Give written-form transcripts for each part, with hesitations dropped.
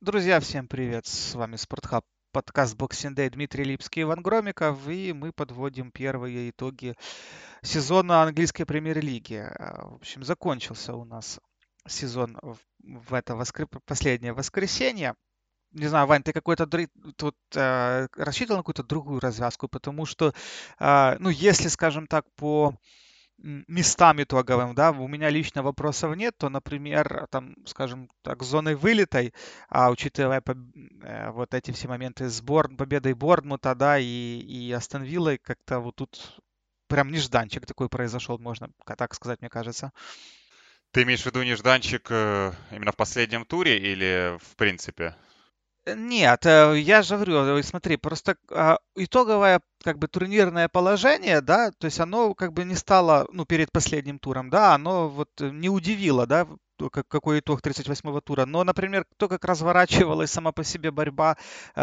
Друзья, всем привет! С вами Спортхаб, подкаст Boxing Day, Дмитрий Липский, Иван Громиков, и мы подводим первые итоги сезона английской премьер-лиги. В общем, закончился у нас сезон в это последнее воскресенье. Не знаю, Вань, ты тут рассчитывал на какую-то другую развязку, потому что, ну, если, скажем так, по местам итоговым, да, у меня лично вопросов нет, то, например, там, скажем так, с зоной вылетой, учитывая вот эти все моменты с победой Борнмута, да, и Астон Виллой, как-то вот тут прям нежданчик такой произошел, можно так сказать, мне кажется. Ты имеешь в виду нежданчик именно в последнем туре или в принципе? Нет, я же говорю, смотри, просто итоговое как бы турнирное положение, да, то есть оно как бы не стало, ну, перед последним туром, да, оно вот не удивило, да, какой итог 38-го тура. Но, например, то, как разворачивалась сама по себе борьба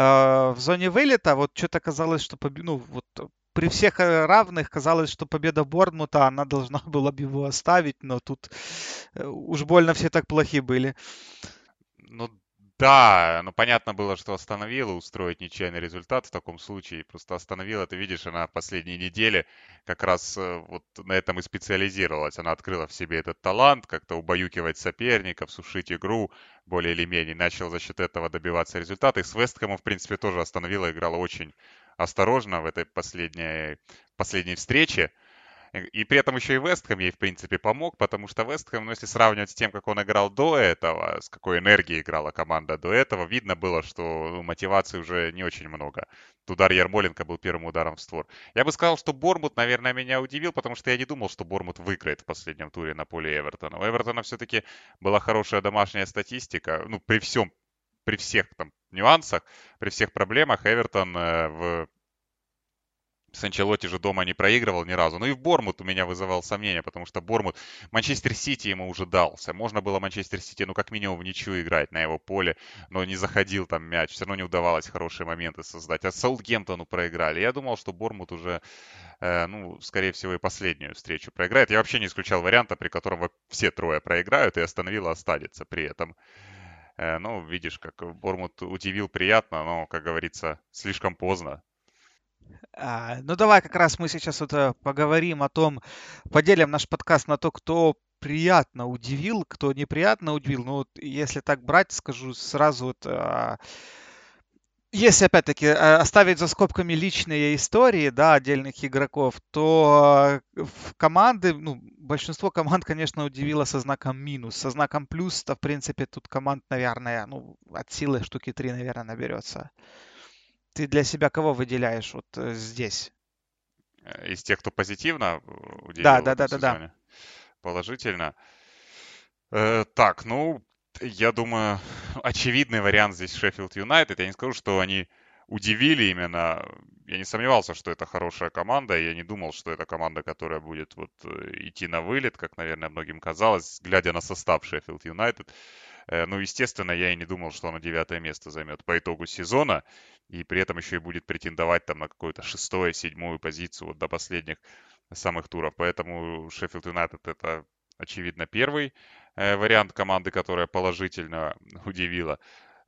в зоне вылета, вот что-то казалось, что, ну, вот при всех равных казалось, что победа Борнмута, она должна была бы его оставить, но тут уж больно все так плохи были. Ну да, ну понятно было, что остановила устроить ничейный результат в таком случае. Просто остановила, ты видишь, она в последние недели как раз вот на этом и специализировалась. Она открыла в себе этот талант, как-то убаюкивать соперников, сушить игру более или менее. Начал за счет этого добиваться результата. И с Вестхэмом, в принципе, тоже остановила, играла очень осторожно в этой последней встрече. И при этом еще и Вест Хэм ей, в принципе, помог, потому что Вест Хэм, ну, если сравнивать с тем, как он играл до этого, с какой энергией играла команда до этого, видно было, что ну, мотивации уже не очень много. Удар Ярмоленко был первым ударом в створ. Я бы сказал, что Бормут, наверное, меня удивил, потому что я не думал, что Бормут выиграет в последнем туре на поле Эвертона. У Эвертона все-таки была хорошая домашняя статистика, ну, при всех там нюансах, при всех проблемах Эвертон в с Анчелотти же дома не проигрывал ни разу. Ну и в Бормут у меня вызывал сомнения, потому что Бормут, Манчестер Сити ему уже дался. Можно было Манчестер Сити, ну как минимум в ничью играть на его поле, но не заходил там мяч, все равно не удавалось хорошие моменты создать. А Саутгемптону проиграли. Я думал, что Бормут уже, ну, скорее всего, и последнюю встречу проиграет. Я вообще не исключал варианта, при котором все трое проиграют и остановила останется при этом. Ну, видишь, как Бормут удивил приятно, но, как говорится, слишком поздно. Ну давай как раз мы сейчас вот поговорим о том, поделим наш подкаст на то, кто приятно удивил, кто неприятно удивил. Ну вот если так брать, скажу сразу вот, если опять-таки оставить за скобками личные истории, да, отдельных игроков, то в команды, ну, большинство команд, конечно, удивило со знаком минус. Со знаком плюс-то, в принципе, тут команд, наверное, ну, от силы штуки 3, наверное, наберется. Ты для себя кого выделяешь вот здесь? Из тех, кто позитивно Да, удивил в да, этом да, да, да. сезоне. Положительно. Так, ну, я думаю, очевидный вариант здесь Шеффилд Юнайтед. Я не скажу, что они удивили именно. Я не сомневался, что это хорошая команда. Я не думал, что это команда, которая будет вот идти на вылет, как, наверное, многим казалось, глядя на состав Шеффилд Юнайтед. Ну, естественно, я и не думал, что оно девятое место займет по итогу сезона. И при этом еще и будет претендовать там на какую-то шестое, седьмую позицию вот до последних самых туров. Поэтому Шеффилд Юнайтед это очевидно первый вариант команды, которая положительно удивила.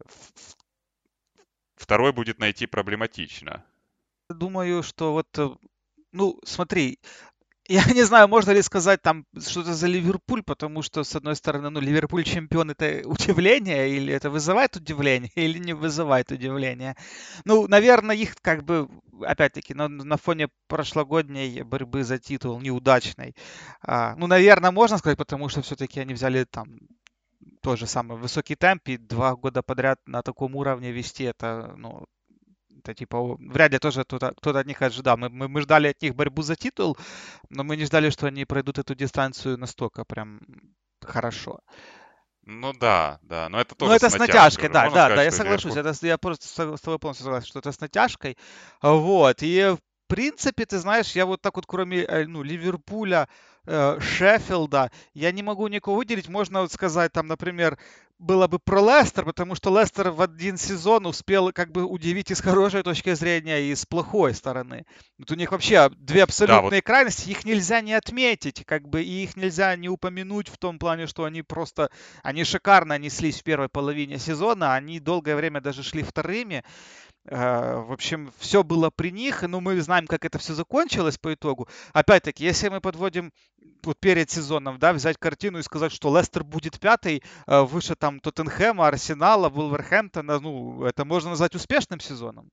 Второй будет найти проблематично. Думаю, что вот, ну, смотри, я не знаю, можно ли сказать там что-то за Ливерпуль, потому что, с одной стороны, ну, Ливерпуль чемпион это удивление, или это вызывает удивление, или не вызывает удивления. Ну, наверное, их как бы, опять-таки, на фоне прошлогодней борьбы за титул неудачной, ну, наверное, можно сказать, потому что все-таки они взяли там тот же самый высокий темп, и 2 года подряд на таком уровне вести это, ну, это типа вряд ли тоже кто-то от них ожидал. Мы ждали от них борьбу за титул, но мы не ждали, что они пройдут эту дистанцию настолько прям хорошо. Ну да, да, но это Но тоже с это с натяжкой натяжкой, уже. да, Можно да, сказать, да, я что соглашусь. Ливерпуль... Я просто с тобой полностью согласен, что это с натяжкой. Вот. И в принципе, ты знаешь, я вот так вот, кроме ну, Ливерпуля, Шеффилда. Я не могу никого выделить. Можно вот сказать, там, например, было бы про Лестер, потому что Лестер в один сезон успел как бы удивить и с хорошей точки зрения, и с плохой стороны. Вот у них вообще две Да, вот абсолютные крайности, их нельзя не отметить, как бы, и их нельзя не упомянуть в том плане, что они просто, они шикарно неслись в первой половине сезона, они долгое время даже шли вторыми. В общем, все было при них, но мы знаем, как это все закончилось по итогу. Опять-таки, если мы подводим вот перед сезоном, да, взять картину и сказать, что Лестер будет пятый, выше там Тоттенхэма, Арсенала, Вулверхэмптона, ну, это можно назвать успешным сезоном.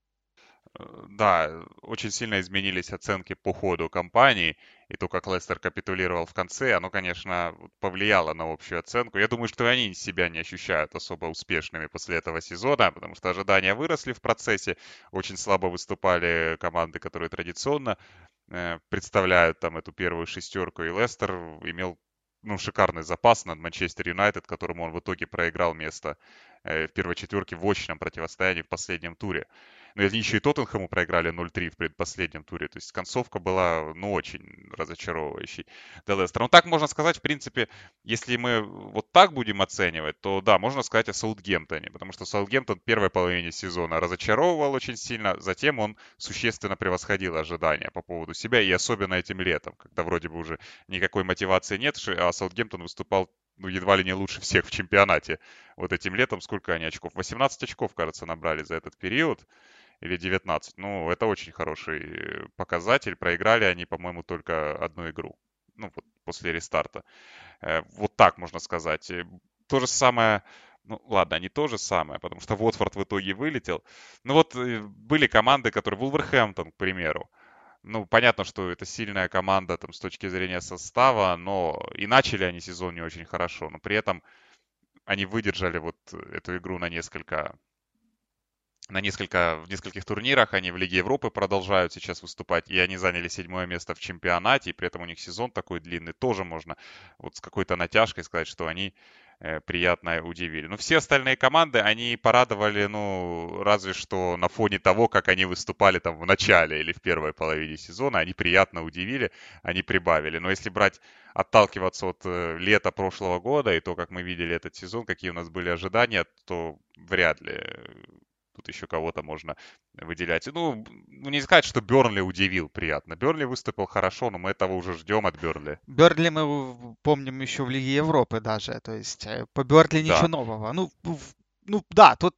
Да, очень сильно изменились оценки по ходу кампании, и то, как Лестер капитулировал в конце, оно, конечно, вот повлияло на общую оценку. Я думаю, что они себя не ощущают особо успешными после этого сезона, потому что ожидания выросли в процессе, очень слабо выступали команды, которые традиционно представляют там эту первую шестерку, и Лестер имел ну, шикарный запас над Манчестер Юнайтед, которому он в итоге проиграл место в первой четверке в очном противостоянии в последнем туре. Но они еще и Тоттенхэму проиграли 0-3 в предпоследнем туре. То есть концовка была, ну, очень разочаровывающей для Лестера. Ну, так можно сказать, в принципе, если мы вот так будем оценивать, то да, можно сказать о Саутгемптоне, потому что Саутгемптон в первой половине сезона разочаровывал очень сильно, затем он существенно превосходил ожидания по поводу себя, и особенно этим летом, когда вроде бы уже никакой мотивации нет, а Саутгемптон выступал ну, едва ли не лучше всех в чемпионате. Вот этим летом сколько они очков? 18 очков, кажется, набрали за этот период или 19. Ну, это очень хороший показатель. Проиграли они, по-моему, только одну игру. Ну, вот после рестарта. Вот так можно сказать. То же самое, ну ладно, не то же самое, потому что Уотфорд в итоге вылетел. Ну вот были команды, которые, Вулверхэмптон, к примеру. Ну, понятно, что это сильная команда там с точки зрения состава, но и начали они сезон не очень хорошо, но при этом они выдержали вот эту игру в нескольких турнирах, они в Лиге Европы продолжают сейчас выступать, и они заняли 7-е место в чемпионате, и при этом у них сезон такой длинный, тоже можно вот с какой-то натяжкой сказать, что они приятно удивили. Но все остальные команды, они порадовали, ну, разве что на фоне того, как они выступали там в начале или в первой половине сезона, они приятно удивили, они прибавили. Но если брать, отталкиваться от лета прошлого года и то, как мы видели этот сезон, какие у нас были ожидания, то вряд ли тут еще кого-то можно выделять. Ну, не сказать, что Бернли удивил приятно. Бернли выступил хорошо, но мы этого уже ждем от Бернли. Бернли мы помним еще в Лиге Европы даже, то есть по Бернли ничего Да. нового. Ну, ну да, тут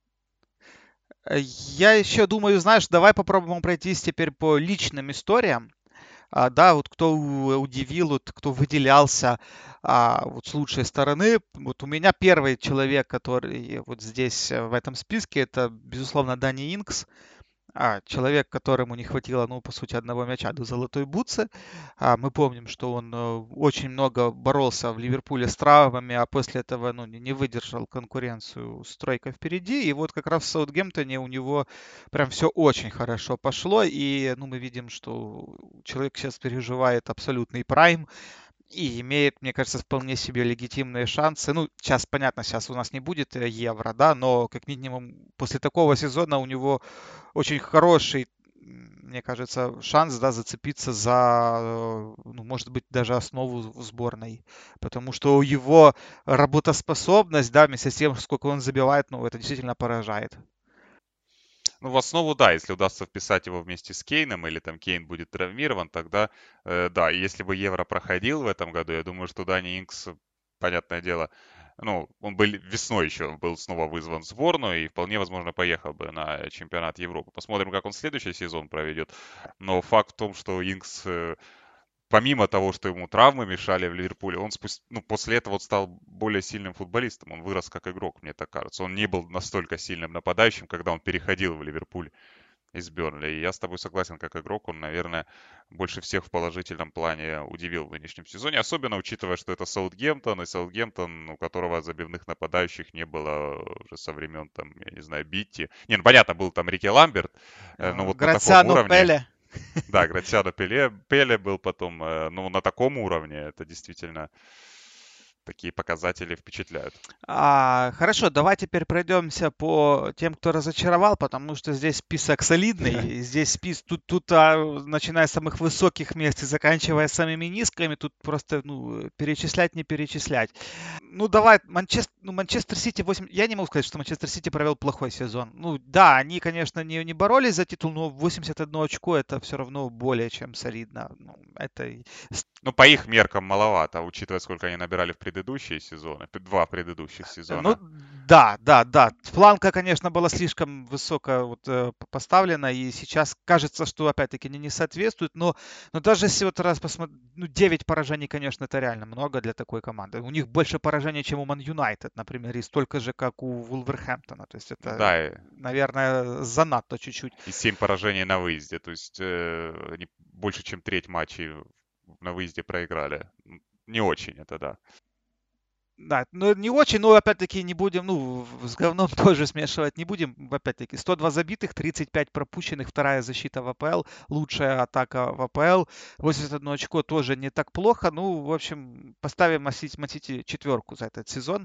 я еще думаю, знаешь, давай попробуем пройтись теперь по личным историям. Да, вот кто удивил, вот кто выделялся вот с лучшей стороны. Вот у меня первый человек, который вот здесь в этом списке, это, безусловно, Дани Инкс. Человек, которому не хватило, ну, по сути, одного мяча до золотой бутсы. Мы помним, что он очень много боролся в Ливерпуле с травмами, а после этого, ну, не выдержал конкуренцию с тройкой впереди. И вот как раз в Саутгемптоне у него прям все очень хорошо пошло. И, ну, мы видим, что человек сейчас переживает абсолютный прайм и имеет, мне кажется, вполне себе легитимные шансы. Ну, сейчас, понятно, сейчас у нас не будет евро, да, но как минимум после такого сезона у него очень хороший, мне кажется, шанс, да, зацепиться за, ну, может быть, даже основу в сборной. Потому что его работоспособность, да, вместе с тем, сколько он забивает, ну, это действительно поражает. Ну, в основу, да, если удастся вписать его вместе с Кейном, или там Кейн будет травмирован, тогда, да, и если бы Евро проходил в этом году, я думаю, что Дани Инкс, понятное дело, ну, он был весной еще, был снова вызван в сборную и вполне возможно поехал бы на чемпионат Европы. Посмотрим, как он следующий сезон проведет. Но факт в том, что Инкс помимо того, что ему травмы мешали в Ливерпуле, он ну, после этого вот стал более сильным футболистом. Он вырос как игрок, мне так кажется. Он не был настолько сильным нападающим, когда он переходил в Ливерпуль из Бернли. И я с тобой согласен, как игрок, он, наверное, больше всех в положительном плане удивил в нынешнем сезоне. Особенно учитывая, что это Саутгемптон, и Саутгемптон, у которого забивных нападающих не было уже со времен, там, я не знаю, Битти. Не, ну понятно, был там Рики Ламберт, но вот на таком Грациано уровне Пеле. да, Грациано Пеле был потом, ну, на таком уровне, это действительно такие показатели впечатляют. Хорошо, давай теперь пройдемся по тем, кто разочаровал, потому что здесь список солидный. Здесь начиная с самых высоких мест и заканчивая самыми низкими, тут просто ну, перечислять, не перечислять. Ну, давай, Манчестер Сити 8. Я не могу сказать, что Манчестер Сити провел плохой сезон. Ну, да, они, конечно, не боролись за титул, но 81 очко это все равно более чем солидно. Ну, Ну, по их меркам маловато, учитывая, сколько они набирали в предыдущие сезоны, два предыдущих Ну, сезона. да, да, да. Планка, конечно, была слишком высоко вот, поставлена, и сейчас кажется, что опять-таки не соответствует, но даже если вот раз посмотреть, ну, 9 поражений, конечно, это реально много для такой команды. У них больше поражений, чем у Ман Юнайтед, например, и столько же, как у Вулверхэмптона. То есть это, Да, наверное, занадто чуть-чуть. и 7 поражений на выезде, то есть они больше, чем треть матчей на выезде проиграли. Не очень это, да. Да, ну не очень, но опять-таки не будем, ну, с говном тоже смешивать не будем. Опять-таки, 102 забитых, 35 пропущенных, вторая защита в АПЛ, лучшая атака в АПЛ, 81 очко тоже не так плохо. Ну, в общем, поставим Ман-Сити четверку за этот сезон.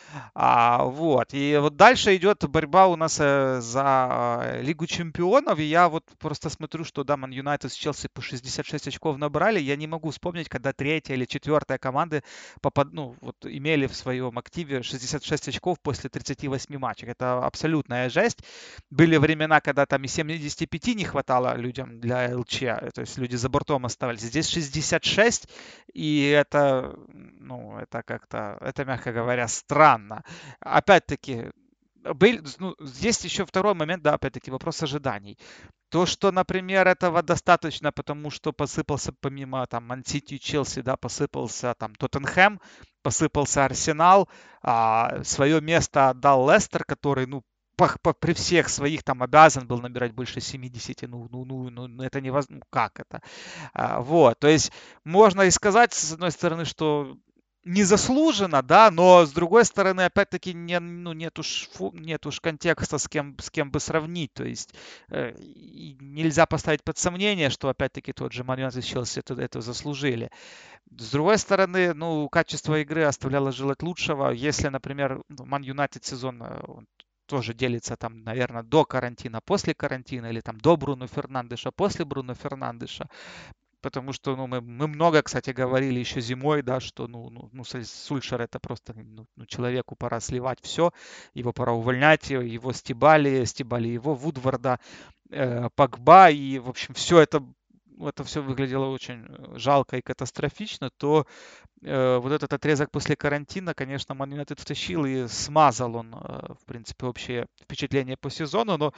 Вот. И вот дальше идет борьба у нас за Лигу чемпионов. И я вот просто смотрю, что да, Ман Юнайтед с Челси по 66 очков набрали. Я не могу вспомнить, когда третья или четвертая команды ну, вот, имели в своем активе 66 очков после 38 матчей. Это абсолютная жесть. Были времена, когда там и 75 не хватало людям для ЛЧ. То есть люди за бортом оставались. Здесь 66. И это, ну, это как-то, это, мягко говоря, странно. Опять-таки, ну, есть еще второй момент, да, опять-таки, вопрос ожиданий. То, что, например, этого достаточно, потому что посыпался помимо там Ман-Сити и Челси, да, посыпался там Тоттенхэм, посыпался Арсенал, свое место отдал Лестер, который, ну, при всех своих там обязан был набирать больше 70, ну это невозможно, как это? Вот, то есть можно и сказать, с одной стороны, что незаслуженно, да, но с другой стороны, опять-таки, ну, нет уж контекста, с кем бы сравнить, то есть и нельзя поставить под сомнение, что, опять-таки, тот же Ман Юнайтед и Челси это заслужили. С другой стороны, ну, качество игры оставляло желать лучшего. Если, например, Ман Юнайтед сезон он тоже делится там, наверное, до карантина, после карантина, или там до Бруно Фернандеша, после Бруно Фернандеша. Потому что ну, мы много, кстати, говорили еще зимой, да, что Сульшер это просто человеку пора сливать все, его пора увольнять, его стебали его, Вудварда, Погба, и, в общем, это все выглядело очень жалко и катастрофично, то вот этот отрезок после карантина, конечно, Ман Юнайтед втащил и смазал он, в принципе, общее впечатление по сезону, но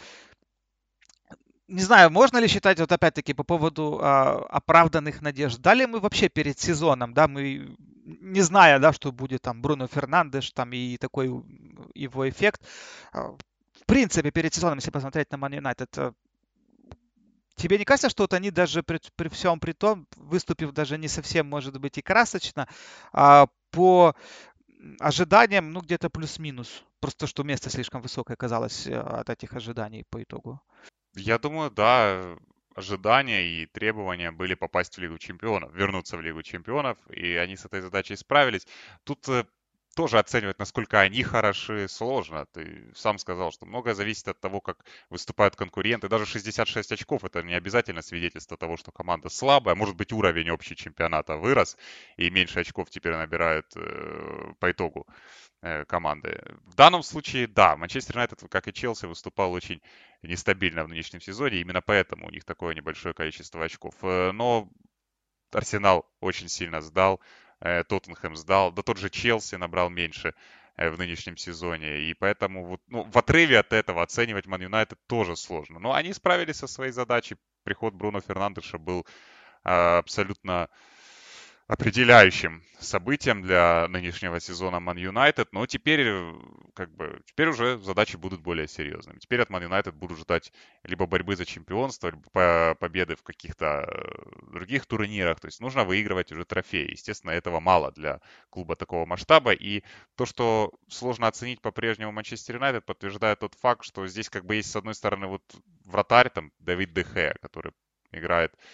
не знаю, можно ли считать, вот опять-таки, по поводу оправданных надежд. Дали мы вообще перед сезоном, да, мы не зная, да, что будет там Бруно Фернандеш, там и такой его эффект. В принципе, перед сезоном, если посмотреть на Ман Юнайтед, тебе не кажется, что вот они даже при всем при том, выступив даже не совсем, может быть, и красочно, по ожиданиям, ну, где-то плюс-минус. Просто что место слишком высокое казалось от этих ожиданий по итогу. Я думаю, да, ожидания и требования были попасть в Лигу Чемпионов, вернуться в Лигу Чемпионов, и они с этой задачей справились. Тут тоже оценивать, насколько они хороши, сложно. Ты сам сказал, что многое зависит от того, как выступают конкуренты. Даже 66 очков — это не обязательно свидетельство того, что команда слабая. Может быть, уровень общий чемпионата вырос, и меньше очков теперь набирают по итогу команды. В данном случае, да, Манчестер Юнайтед, как и Челси, выступал очень нестабильно в нынешнем сезоне. Именно поэтому у них такое небольшое количество очков. Но Арсенал очень сильно сдал, Тоттенхэм сдал, да тот же Челси набрал меньше в нынешнем сезоне. И поэтому вот, ну, в отрыве от этого оценивать Ман Юнайтед тоже сложно. Но они справились со своей задачей. Приход Бруно Фернандеша был абсолютно определяющим событием для нынешнего сезона Ман Юнайтед, но теперь, как бы, теперь уже задачи будут более серьезными. Теперь от Ман Юнайтед буду ждать либо борьбы за чемпионство, либо победы в каких-то других турнирах. То есть нужно выигрывать уже трофеи. Естественно, этого мало для клуба такого масштаба. И то, что сложно оценить по-прежнему Манчестер Юнайтед, подтверждает тот факт, что здесь как бы есть, с одной стороны, вот вратарь, там, Давид Де Геа, который играет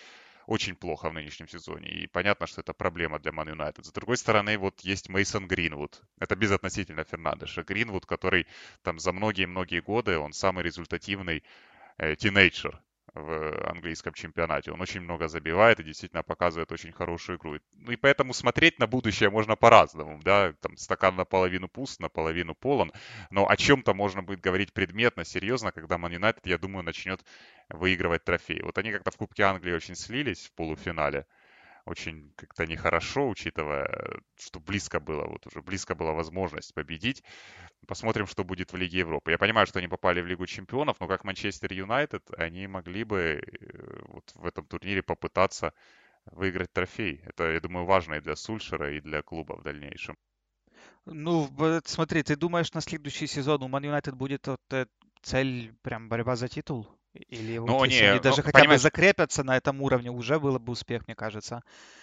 очень плохо в нынешнем сезоне. И понятно, что это проблема для Ман Юнайтед. С другой стороны, вот есть Мейсон Гринвуд. Это безотносительно Фернандеша. Гринвуд, который там за многие-многие годы, он самый результативный тинейджер в английском чемпионате. Он очень много забивает и действительно показывает очень хорошую игру. Ну и поэтому смотреть на будущее можно по-разному, да, там стакан наполовину пуст, наполовину полон, но о чем-то можно будет говорить предметно, серьезно, когда Ман Юнайтед, я думаю, начнет выигрывать трофеи. Вот они как-то в Кубке Англии очень слились в полуфинале, очень как-то нехорошо, учитывая, что близко было, вот уже близко была возможность победить. Посмотрим, что будет в Лиге Европы. Я понимаю, что они попали в Лигу Чемпионов, но как Манчестер Юнайтед, они могли бы вот в этом турнире попытаться выиграть трофей. Это, я думаю, важно и для Сульшера, и для клуба в дальнейшем. Ну, смотри, ты думаешь, на следующий сезон у Ман Юнайтед будет вот, цель прям борьба за титул? Или вот Но если они не, ну, даже хотя бы понимаешь, закрепятся на этом уровне, уже было бы успех, мне кажется.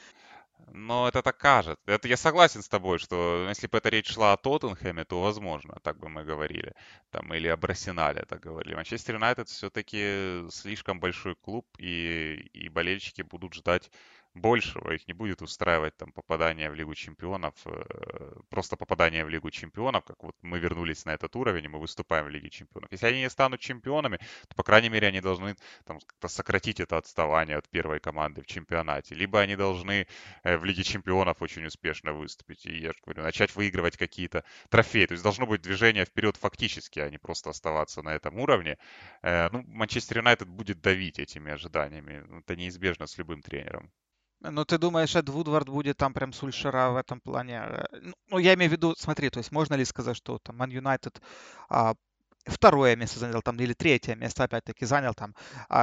но это так кажется. Это я согласен с тобой, что если бы эта речь шла о Тоттенхэме, то возможно, так бы мы говорили. Там, или об Арсенале так говорили. Манчестер Юнайтед все-таки слишком большой клуб, и болельщики будут ждать большего. Их не будет устраивать там попадание в Лигу Чемпионов, просто попадание в Лигу Чемпионов, как вот мы вернулись на этот уровень, и мы выступаем в Лиге Чемпионов. Если они не станут чемпионами, то, по крайней мере, они должны там как-то сократить это отставание от первой команды в чемпионате. Либо они должны в Лиге Чемпионов очень успешно выступить. И я же говорю, начать выигрывать какие-то трофеи. То есть должно быть движение вперед фактически, а не просто оставаться на этом уровне. Ну, Манчестер Юнайтед будет давить этими ожиданиями. Это неизбежно с любым тренером. Ну, ты думаешь, Эд Вудвард будет там прям Сульшера в этом плане? Ну, я имею в виду, смотри, то есть можно ли сказать, что там Ман Юнайтед второе место занял там, или третье место опять-таки занял там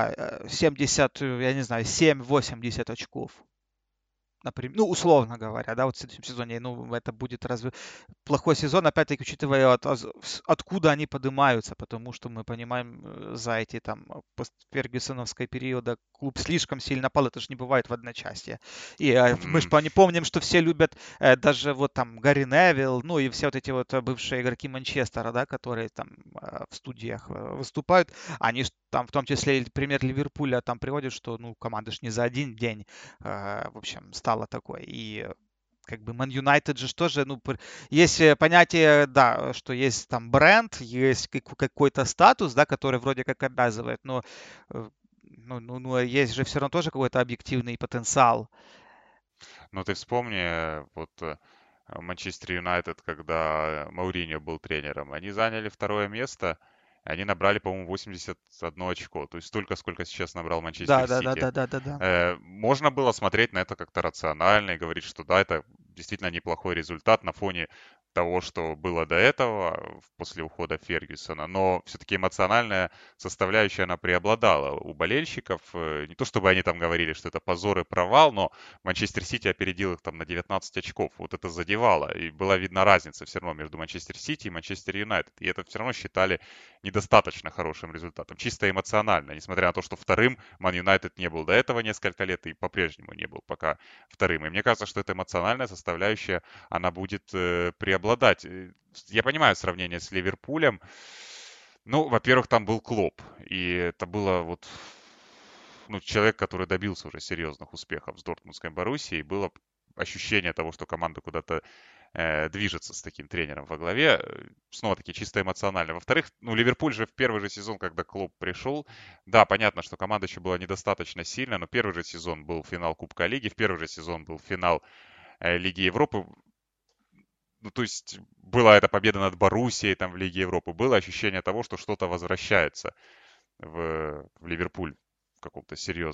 70, я не знаю, 7-80 очков? Например, ну, условно говоря, да, вот в следующем сезоне, ну, это будет разве плохой сезон, опять-таки, учитывая, откуда они поднимаются, потому что мы понимаем, за эти там постфергюсоновской периода клуб слишком сильно пал, это же не бывает в одночасье. И мы же не помним, что все любят даже вот там Гарри Невилл, ну и все вот эти вот бывшие игроки Манчестера, да, которые там в студиях выступают, они ж там в том числе и пример Ливерпуля там приводят, что, ну, команда ж не за один день в общем, стало такой. И как бы Ман Юнайтед же тоже, ну, есть понятие, да, что есть там бренд, есть какой-то статус, да, который вроде как обязывает, но ну, есть же все равно тоже какой-то объективный потенциал. Но ты вспомни, вот Манчестер Юнайтед, когда Мауриньо был тренером, они заняли второе место, они набрали, по-моему, 81 очко, то есть столько, сколько сейчас набрал Да, Манчестер да, да, Сити. да, да, да, да. Можно было смотреть на это как-то рационально и говорить, что да, это действительно неплохой результат на фоне того, что было до этого, после ухода Фергюсона, но все-таки эмоциональная составляющая, она преобладала у болельщиков. Не то чтобы они там говорили, что это позор и провал, но Манчестер Сити опередил их там на 19 очков. Вот это задевало. И была видна разница все равно между Манчестер Сити и Манчестер Юнайтед. И это все равно считали недостаточно хорошим результатом. Чисто эмоционально. Несмотря на то, что вторым Ман Юнайтед не был до этого несколько лет и по-прежнему не был пока вторым. И мне кажется, что эта эмоциональная составляющая, она будет преобладать. Я понимаю сравнение с Ливерпулем. Ну, во-первых, там был Клоп. И это было вот ну, человек, который добился уже серьезных успехов с Дортмундской Боруссией, было ощущение того, что команда куда-то движется с таким тренером во главе. Снова-таки чисто эмоционально. Во-вторых, ну, Ливерпуль же в первый же сезон, когда Клоп пришел, да, понятно, что команда еще была недостаточно сильна, но первый же сезон был финал Кубка Лиги, в первый же сезон был финал Лиги Европы. Ну, то есть была эта победа над Боруссией там в Лиге Европы, было ощущение того, что что-то возвращается в Ливерпуль в каком-то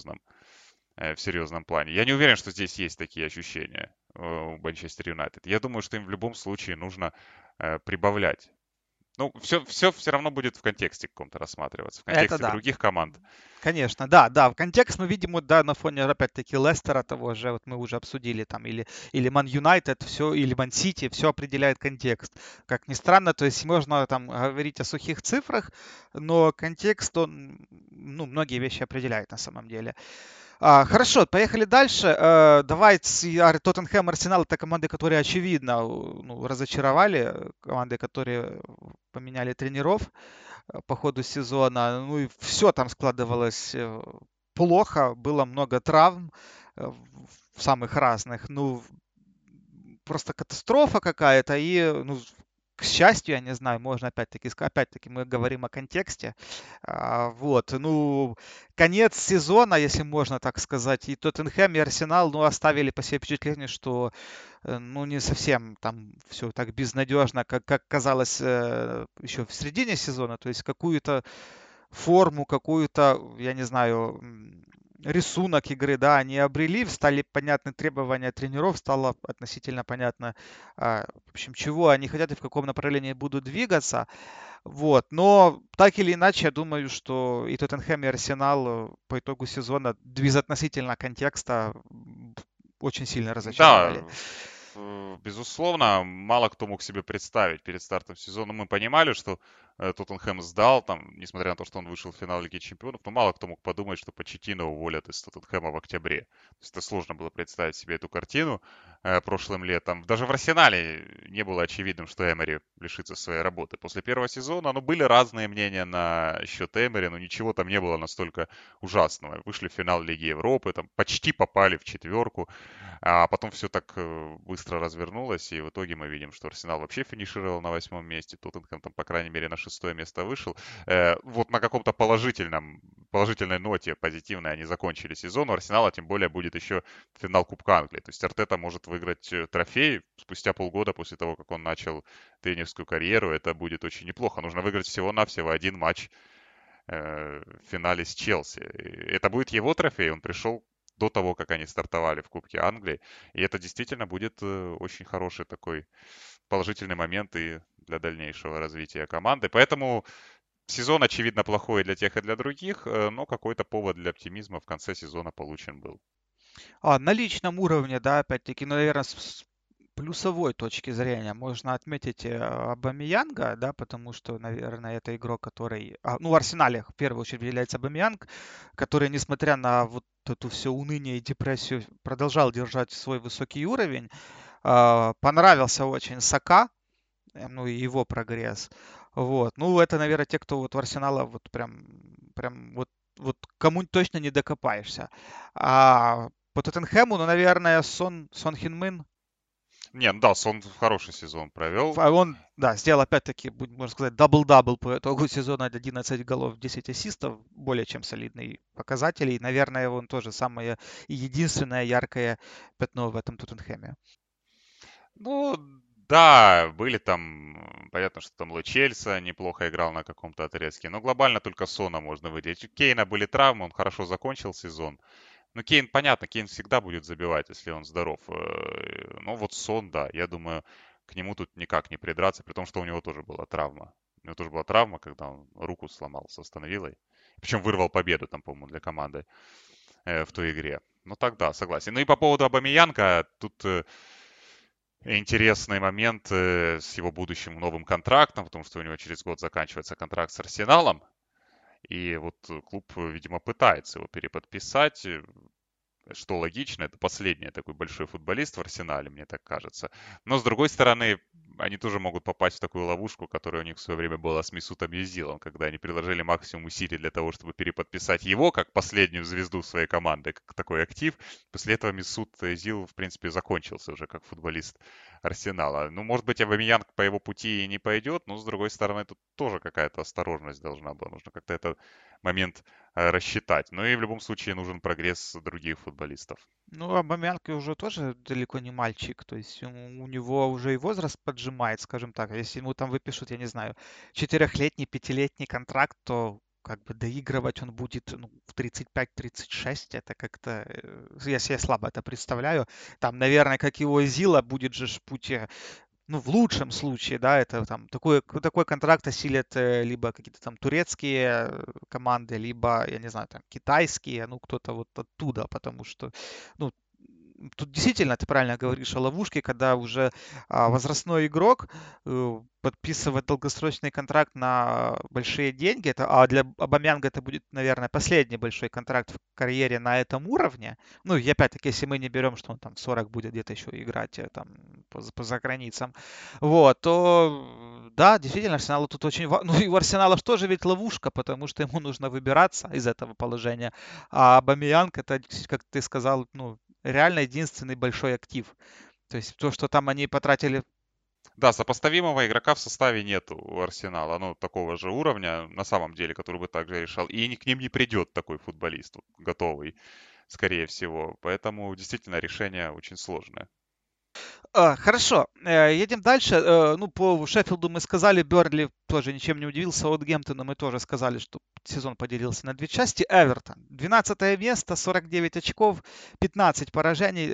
в серьезном плане. Я не уверен, что здесь есть такие ощущения у Манчестер Юнайтед. Я думаю, что им в любом случае нужно прибавлять. Ну, все равно будет в контексте каком-то рассматриваться, в Это контексте да. других команд. Конечно, да, да, в контекст мы видим, вот, да, на фоне, опять-таки, Лестера того же, вот мы уже обсудили там, или Ман Юнайтед, все, или Ман Сити, все определяет контекст. Как ни странно, то есть можно там говорить о сухих цифрах, но контекст, он, ну, многие вещи определяет на самом деле. Хорошо, поехали дальше. Давай Тоттенхэм, Арсенал это команды, которые очевидно ну, разочаровали, команды, которые поменяли тренеров по ходу сезона. Ну и все там складывалось плохо, было много травм самых разных. Ну, просто катастрофа какая-то. И, ну, к счастью, я не знаю, можно опять-таки сказать, опять-таки мы говорим о контексте. Вот, ну, конец сезона, если можно так сказать, и Тоттенхэм, и Арсенал, ну, оставили по себе впечатление, что, ну, не совсем там все так безнадежно, как казалось еще в середине сезона. То есть какую-то форму, какую-то, я не знаю, рисунок игры, да, они обрели, стали понятны требования тренеров, стало относительно понятно, в общем, чего они хотят и в каком направлении будут двигаться. Вот. Но так или иначе, я думаю, что и Тоттенхэм, и Арсенал по итогу сезона безотносительно контекста очень сильно разочаровали. Да, безусловно, мало кто мог себе представить перед стартом сезона. Мы понимали, что Тоттенхэм сдал, там, несмотря на то, что он вышел в финал Лиги Чемпионов, но мало кто мог подумать, что Почеттино уволят из Тоттенхэма в октябре. То есть это сложно было представить себе эту картину прошлым летом. Даже в Арсенале не было очевидным, что Эмери лишится своей работы. После первого сезона, ну, были разные мнения на счет Эмери, но ничего там не было настолько ужасного. Вышли в финал Лиги Европы, там почти попали в четверку. А потом все так быстро развернулось, и в итоге мы видим, что Арсенал вообще финишировал на 8-м месте, Тоттенхэм там, по крайней мере, на 6-е место вышел. Вот на каком-то положительной ноте, позитивной они закончили сезон. У Арсенала тем более будет еще финал Кубка Англии. То есть Артета может выиграть трофей спустя полгода после того, как он начал тренерскую карьеру. Это будет очень неплохо. Нужно выиграть всего-навсего один матч в финале с Челси. И это будет его трофей. Он пришел до того, как они стартовали в Кубке Англии. И это действительно будет очень хороший такой положительный момент и для дальнейшего развития команды. Поэтому сезон, очевидно, плохой и для тех, и для других, но какой-то повод для оптимизма в конце сезона получен был. На личном уровне, да, опять-таки, ну, наверное, с плюсовой точки зрения можно отметить Абамеянга, да, потому что, наверное, это игрок, который, ну, в Арсенале в первую очередь является Абамеянг, который, несмотря на вот эту все уныние и депрессию, продолжал держать свой высокий уровень. Понравился очень Сака, ну, и его прогресс. Вот. Ну, это, наверное, те, кто вот в Арсенала вот прям вот кому точно не докопаешься. А по Тоттенхэму, ну, наверное, Сон Хин Мин. Не, ну да, Сон хороший сезон провел. Он, да, сделал опять-таки, можно сказать, дабл-дабл по итогу сезона, 11 голов, 10 ассистов, более чем солидный показатель. И, наверное, он тоже самое и единственное яркое пятно в этом Тоттенхэме. Ну, да, были там, понятно, что там Ло Чельса неплохо играл на каком-то отрезке, но глобально только Сона можно выделить. У Кейна были травмы, он хорошо закончил сезон. Ну, Кейн, понятно, Кейн всегда будет забивать, если он здоров. Но вот Сон, да, я думаю, к нему тут никак не придраться, при том, что у него тоже была травма. У него тоже была травма, когда он руку сломал с Астон Виллой. Причем вырвал победу там, по-моему, для команды в той игре. Ну так да, согласен. Ну и по поводу Абамеянга, тут интересный момент с его будущим новым контрактом, потому что у него через год заканчивается контракт с Арсеналом. И вот клуб, видимо, пытается его переподписать, что логично. Это последний такой большой футболист в Арсенале, мне так кажется. Но, с другой стороны, они тоже могут попасть в такую ловушку, которая у них в свое время была с Месутом Юзилом, когда они приложили максимум усилий для того, чтобы переподписать его как последнюю звезду своей команды, как такой актив. После этого Месут Юзил, в принципе, закончился уже как футболист Арсенала. Ну, может быть, Абамеянг по его пути и не пойдет, но, с другой стороны, тут тоже какая-то осторожность должна была. Нужно как-то этот момент рассчитать. Ну и в любом случае нужен прогресс других футболистов. Ну, Абамянг уже тоже далеко не мальчик, то есть у него уже и возраст поджимает, скажем так. Если ему там выпишут, я не знаю, четырехлетний, пятилетний контракт, то как бы доигрывать он будет ну, в 35-36, это как-то, я себе слабо это представляю. Там, наверное, как его Зила, будет же путь ну, в лучшем случае, да, это там такой контракт осилят либо какие-то там турецкие команды, либо, я не знаю, там китайские, ну, кто-то вот оттуда, потому что, ну, тут действительно ты правильно говоришь о ловушке, когда уже возрастной игрок подписывает долгосрочный контракт на большие деньги. А для Абамянга это будет, наверное, последний большой контракт в карьере на этом уровне. Ну, и опять-таки, если мы не берем, что он там в 40 будет где-то еще играть там по заграницам, вот, то да, действительно, Арсеналу тут очень... Ну, и у Арсенала же тоже ведь ловушка, потому что ему нужно выбираться из этого положения. А Абамеянг, это, как ты сказал, ну, реально единственный большой актив. То есть то, что там они потратили. Да, сопоставимого игрока в составе нет у Арсенала, ну, такого же уровня, на самом деле, который бы также решал. И к ним не придет такой футболист, вот, готовый, скорее всего. Поэтому действительно решение очень сложное. Хорошо, едем дальше. Ну, по Шеффилду мы сказали, Бернли тоже ничем не удивился, Саутгемптону мы тоже сказали, что сезон поделился на две части. Эвертон, 12 место, 49 очков, 15 поражений,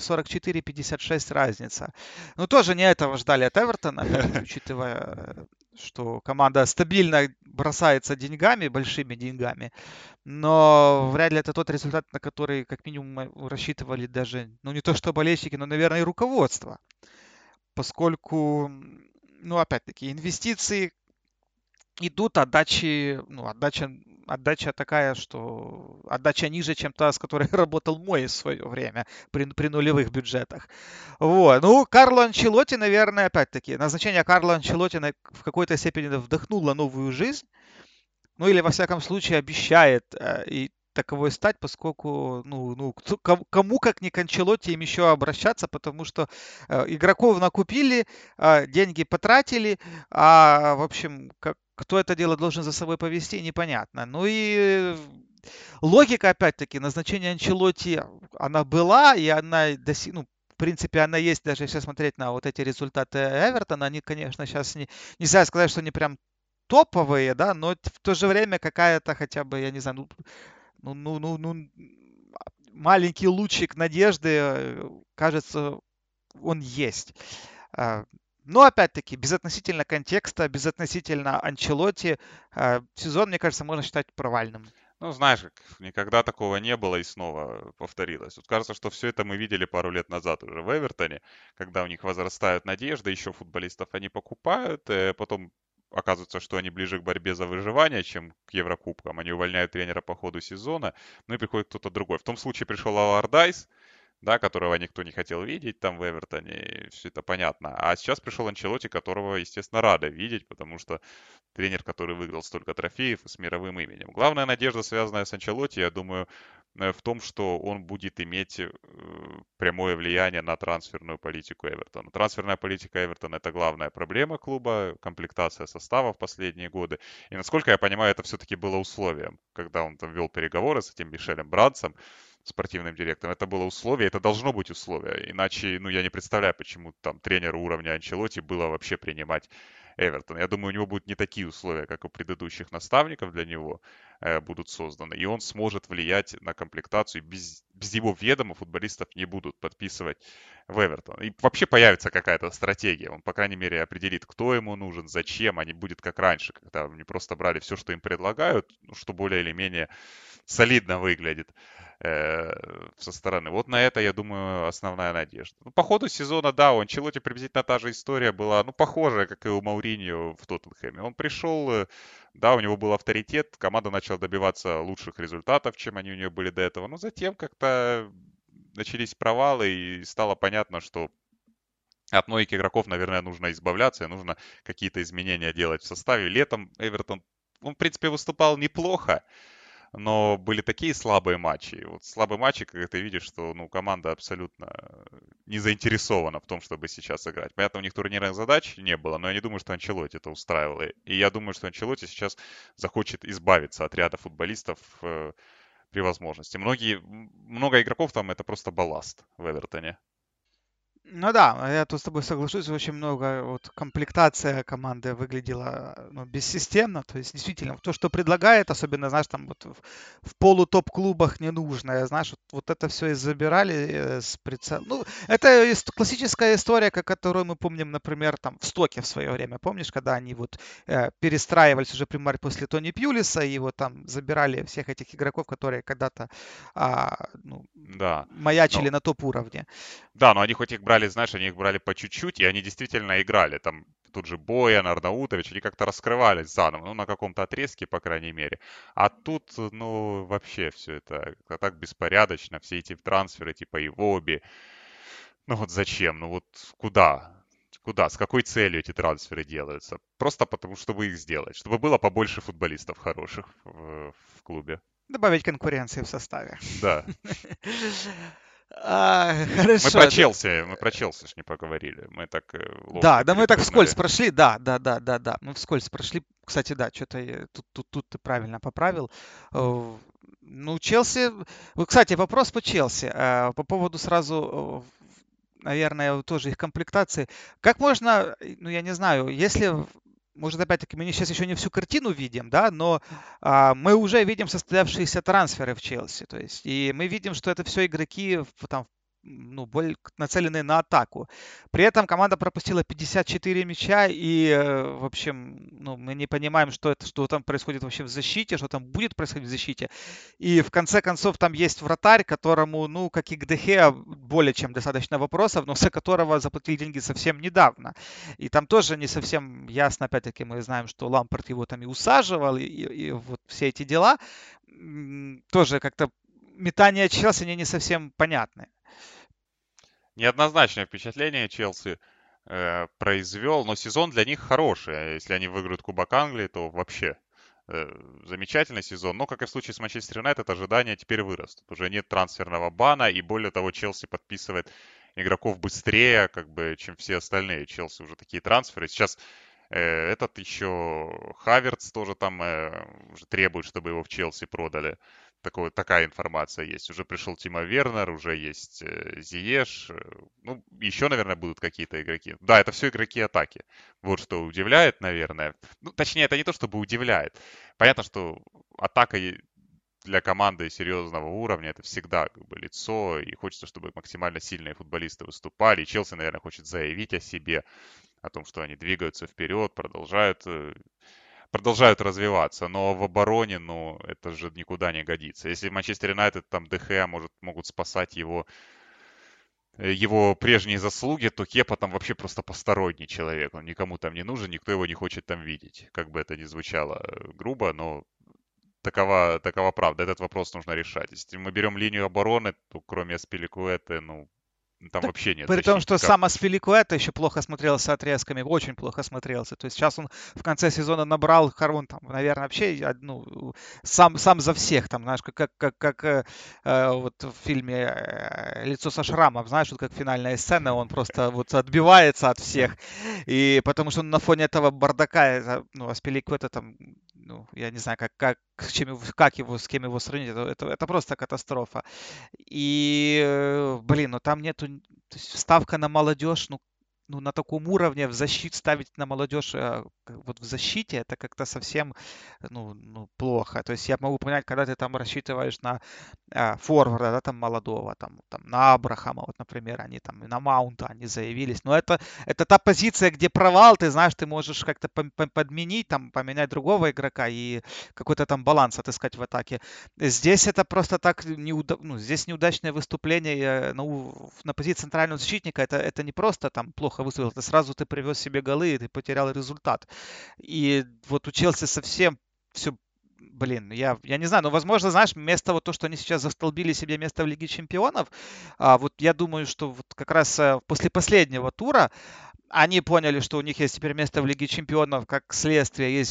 44-56 разница. Ну, тоже не этого ждали от Эвертона, опять-таки, учитывая, что команда стабильно бросается деньгами, большими деньгами. Но вряд ли это тот результат, на который, как минимум, мы рассчитывали даже, ну, не то что болельщики, но, наверное, и руководство. Поскольку, ну, опять-таки, инвестиции идут, отдачи, ну, отдача такая, что отдача ниже, чем та, с которой работал Мой в свое время при нулевых бюджетах. Вот. Ну, Карло Анчелотти, наверное, опять-таки, назначение Карло Анчелотти в какой-то степени вдохнуло новую жизнь. Ну или во всяком случае обещает и таковой стать, поскольку кому как не к Анчелотти им еще обращаться, потому что игроков накупили, деньги потратили, в общем, кто это дело должен за собой повести, непонятно. Ну и логика, опять-таки, назначения Анчелотти, она была, и она ну, в принципе, она есть, даже если смотреть на вот эти результаты Эвертона, они, конечно, сейчас нельзя сказать, что они прям топовые, да, но в то же время какая-то хотя бы, я не знаю, маленький лучик надежды, кажется, он есть. А, Но опять-таки, безотносительно контекста, безотносительно Анчелотти, сезон, мне кажется, можно считать провальным. Ну, знаешь, как никогда такого не было и снова повторилось. Вот кажется, что все это мы видели пару лет назад уже в Эвертоне, когда у них возрастают надежды, еще футболистов они покупают, потом оказывается, что они ближе к борьбе за выживание, чем к Еврокубкам. Они увольняют тренера по ходу сезона, ну и приходит кто-то другой. В том случае пришел Алардайс, да, которого никто не хотел видеть там в Эвертоне, и все это понятно. А сейчас пришел Анчелотти, которого, естественно, рады видеть, потому что тренер, который выиграл столько трофеев с мировым именем. Главная надежда, связанная с Анчелотти, я думаю, в том, что он будет иметь прямое влияние на трансферную политику Эвертона. Трансферная политика Эвертона — это главная проблема клуба, комплектация состава в последние годы. И, насколько я понимаю, это все-таки было условием, когда он там вел переговоры с этим Мишелем Бранцем, спортивным директором. Это было условие, это должно быть условие. Иначе, ну, я не представляю, почему там тренеру уровня Анчелотти было вообще принимать Эвертон. Я думаю, у него будут не такие условия, как у предыдущих наставников для него будут созданы. И он сможет влиять на комплектацию. Без его ведома футболистов не будут подписывать в Эвертон. И вообще появится какая-то стратегия. Он, по крайней мере, определит, кто ему нужен, зачем, а не будет как раньше, когда они просто брали все, что им предлагают, ну, что более или менее солидно выглядит со стороны. Вот на это, я думаю, основная надежда. Ну, по ходу сезона, да, у Анчелотти приблизительно та же история была, ну, похожая, как и у Мауриньо в Тоттенхэме. Он пришел, да, у него был авторитет, команда начала добиваться лучших результатов, чем они у нее были до этого, но затем как-то начались провалы, и стало понятно, что от многих игроков, наверное, нужно избавляться, и нужно какие-то изменения делать в составе. Летом Эвертон, он, в принципе, выступал неплохо, но были такие слабые матчи. Вот слабые матчи, когда ты видишь, что ну, команда абсолютно не заинтересована в том, чтобы сейчас играть. Понятно, у них турнирных задач не было, но я не думаю, что Анчелотти это устраивало. И я думаю, что Анчелотти сейчас захочет избавиться от ряда футболистов при возможности. Много игроков там это просто балласт в Эвертоне. Ну да, я тут с тобой соглашусь, очень много, вот комплектация команды выглядела, ну, бессистемно, то есть действительно то, что предлагает, особенно, знаешь, там вот в полутоп-клубах ненужное, знаешь, вот это все и забирали с прицел. Ну, это классическая история, которую мы помним, например, там в Стоке в свое время, помнишь, когда они вот перестраивались уже примерно после Тони Пьюлиса и вот там забирали всех этих игроков, которые когда-то ну, Да. маячили Но на топ-уровне. Да, но они хоть их брали, знаешь, они их брали по чуть-чуть, и они действительно играли. Там тут же Боян, Арнаутович, они как-то раскрывались заново, ну, на каком-то отрезке, по крайней мере. А тут, ну, вообще все это так беспорядочно, все эти трансферы типа Ивоби. Ну вот зачем? Ну вот куда? Куда? С какой целью эти трансферы делаются? Просто потому, чтобы их сделать. Чтобы было побольше футболистов хороших в клубе. Добавить конкуренции в составе. Да. Хорошо. Мы про Челси ж не поговорили. Мы так Да, ловко да, мы так вскользь перепрыгнули. прошли. Да, да, да, да, да. Мы вскользь прошли. Кстати, да, что-то тут ты правильно поправил. Э, Ну, Челси... Вот, кстати, вопрос по Челси. По поводу сразу, наверное, вот тоже их комплектации. Как можно, ну, я не знаю, если... Может, опять-таки, мы сейчас еще не всю картину видим, да, но мы уже видим состоявшиеся трансферы в Челси. То есть, и мы видим, что это все игроки там, ну, более нацеленные на атаку. При этом команда пропустила 54 мяча, и, в общем, ну, мы не понимаем, что там происходит вообще в защите, что там будет происходить в защите. И в конце концов там есть вратарь, которому, ну, как и к Дехе, более чем достаточно вопросов, но за которого заплатили деньги совсем недавно. И там тоже не совсем ясно, опять-таки, мы знаем, что Лампард его там и усаживал, и вот все эти дела. Тоже как-то метание Челси мне не совсем понятны. Неоднозначное впечатление Челси произвел, но сезон для них хороший. А если они выиграют Кубок Англии, то вообще э, замечательный сезон. Но, как и в случае с Манчестер Юнайтед, ожидания теперь вырастут. Уже нет трансферного бана, и более того, Челси подписывает игроков быстрее, как бы, чем все остальные. Челси уже такие трансферы. Сейчас этот еще Хаверц тоже там уже требует, чтобы его в Челси продали. Такая информация есть. Уже пришел Тимо Вернер, уже есть Зиеш. Ну, еще, наверное, будут какие-то игроки. Да, это все игроки атаки. Вот что удивляет, наверное. Ну, точнее, это не то, чтобы удивляет. Понятно, что атака для команды серьезного уровня это всегда как бы лицо, и хочется, чтобы максимально сильные футболисты выступали. И Челси, наверное, хочет заявить о себе, о том, что они двигаются вперед, продолжают развиваться, но в обороне, ну, это же никуда не годится. Если Манчестер Юнайтед, там, ДХ могут спасать его прежние заслуги, то Кепа там вообще просто посторонний человек. Он никому там не нужен, никто его не хочет там видеть. Как бы это ни звучало грубо, но такова правда. Этот вопрос нужно решать. Если мы берем линию обороны, то кроме Аспиликуэты, ну, там Так, вообще нет при том, что защитников. сам Аспиликуэта еще плохо смотрелся отрезками, очень плохо смотрелся. То есть сейчас он в конце сезона набрал Харун, там, наверное, вообще ну, сам за всех, там, знаешь, вот в фильме «Лицо со шрамом», знаешь, вот как финальная сцена, он просто вот отбивается от всех. И потому что на фоне этого бардака, ну, Аспиликуэта там, ну, я не знаю, с кем его сравнить, это просто катастрофа. И, блин, ну там нету, то есть ставка на молодежь, ну на таком уровне в защите ставить на молодежь, вот в защите, это как-то совсем, ну плохо. То есть я могу понять, когда ты там рассчитываешь на форварда, да, там молодого, там на Абрахама, вот, например, они там и на Маунта они заявились. Но это та позиция, где провал, ты знаешь, ты можешь как-то подменить, там, поменять другого игрока и какой-то там баланс отыскать в атаке. Здесь это просто так ну, здесь неудачное выступление на позиции центрального защитника. Это не просто там плохо выступил, это сразу ты привез себе голы, и ты потерял результат. И вот у Челси совсем все, блин, я не знаю, но возможно, знаешь, вместо вот то, что они сейчас застолбили себе место в Лиге Чемпионов, вот я думаю, что вот как раз после последнего тура они поняли, что у них есть теперь место в Лиге Чемпионов, как следствие есть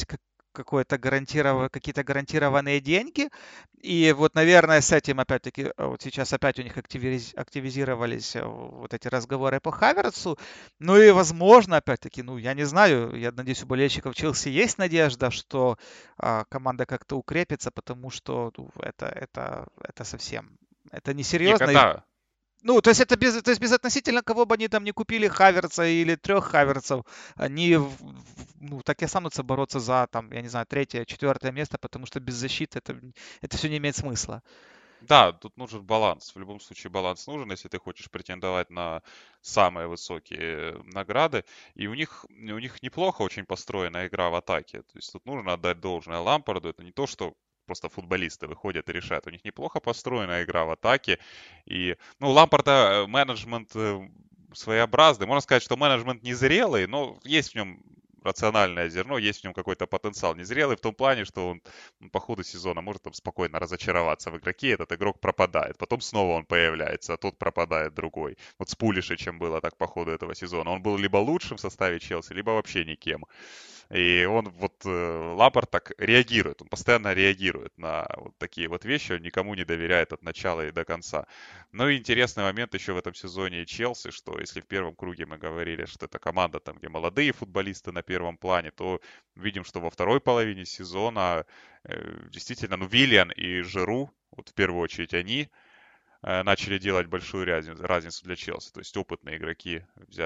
какие-то гарантированные деньги. И вот, наверное, с этим опять-таки, вот сейчас опять у них активизировались вот эти разговоры по Хаверцу. Ну и, возможно, опять-таки, ну, я не знаю, я надеюсь, у болельщиков Челси есть надежда, что команда как-то укрепится, потому что ну, это совсем, это Не, несерьезно. да, Ну, то есть это то есть безотносительно кого бы они там не купили, Хаверца или трех Хаверцев, они ну, так и останутся бороться за, там, я не знаю, третье, четвертое место, потому что без защиты это все не имеет смысла. Да, тут нужен баланс. В любом случае баланс нужен, если ты хочешь претендовать на самые высокие награды. И у них неплохо очень построена игра в атаке. То есть тут нужно отдать должное Лампарду. Это не то, что просто футболисты выходят и решают. У них неплохо построена игра в атаке. И, ну, у Лампарда менеджмент своеобразный. Можно сказать, что менеджмент незрелый, но есть в нем рациональное зерно, есть в нем какой-то потенциал. Незрелый в том плане, что он по ходу сезона может там спокойно разочароваться в игроке, этот игрок пропадает. Потом снова он появляется, а тот пропадает другой. Вот с Пулишичем было так по ходу этого сезона. Он был либо лучшим в составе Челси, либо вообще никем. И он вот, Лапорт так реагирует, он постоянно реагирует на вот такие вот вещи, он никому не доверяет от начала и до конца. Ну и интересный момент еще в этом сезоне и Челси, что если в первом круге мы говорили, что это команда там, где молодые футболисты на первом плане, то видим, что во второй половине сезона действительно, ну, Виллиан и Жиру, вот в первую очередь они, начали делать большую разницу для Челси. То есть опытные игроки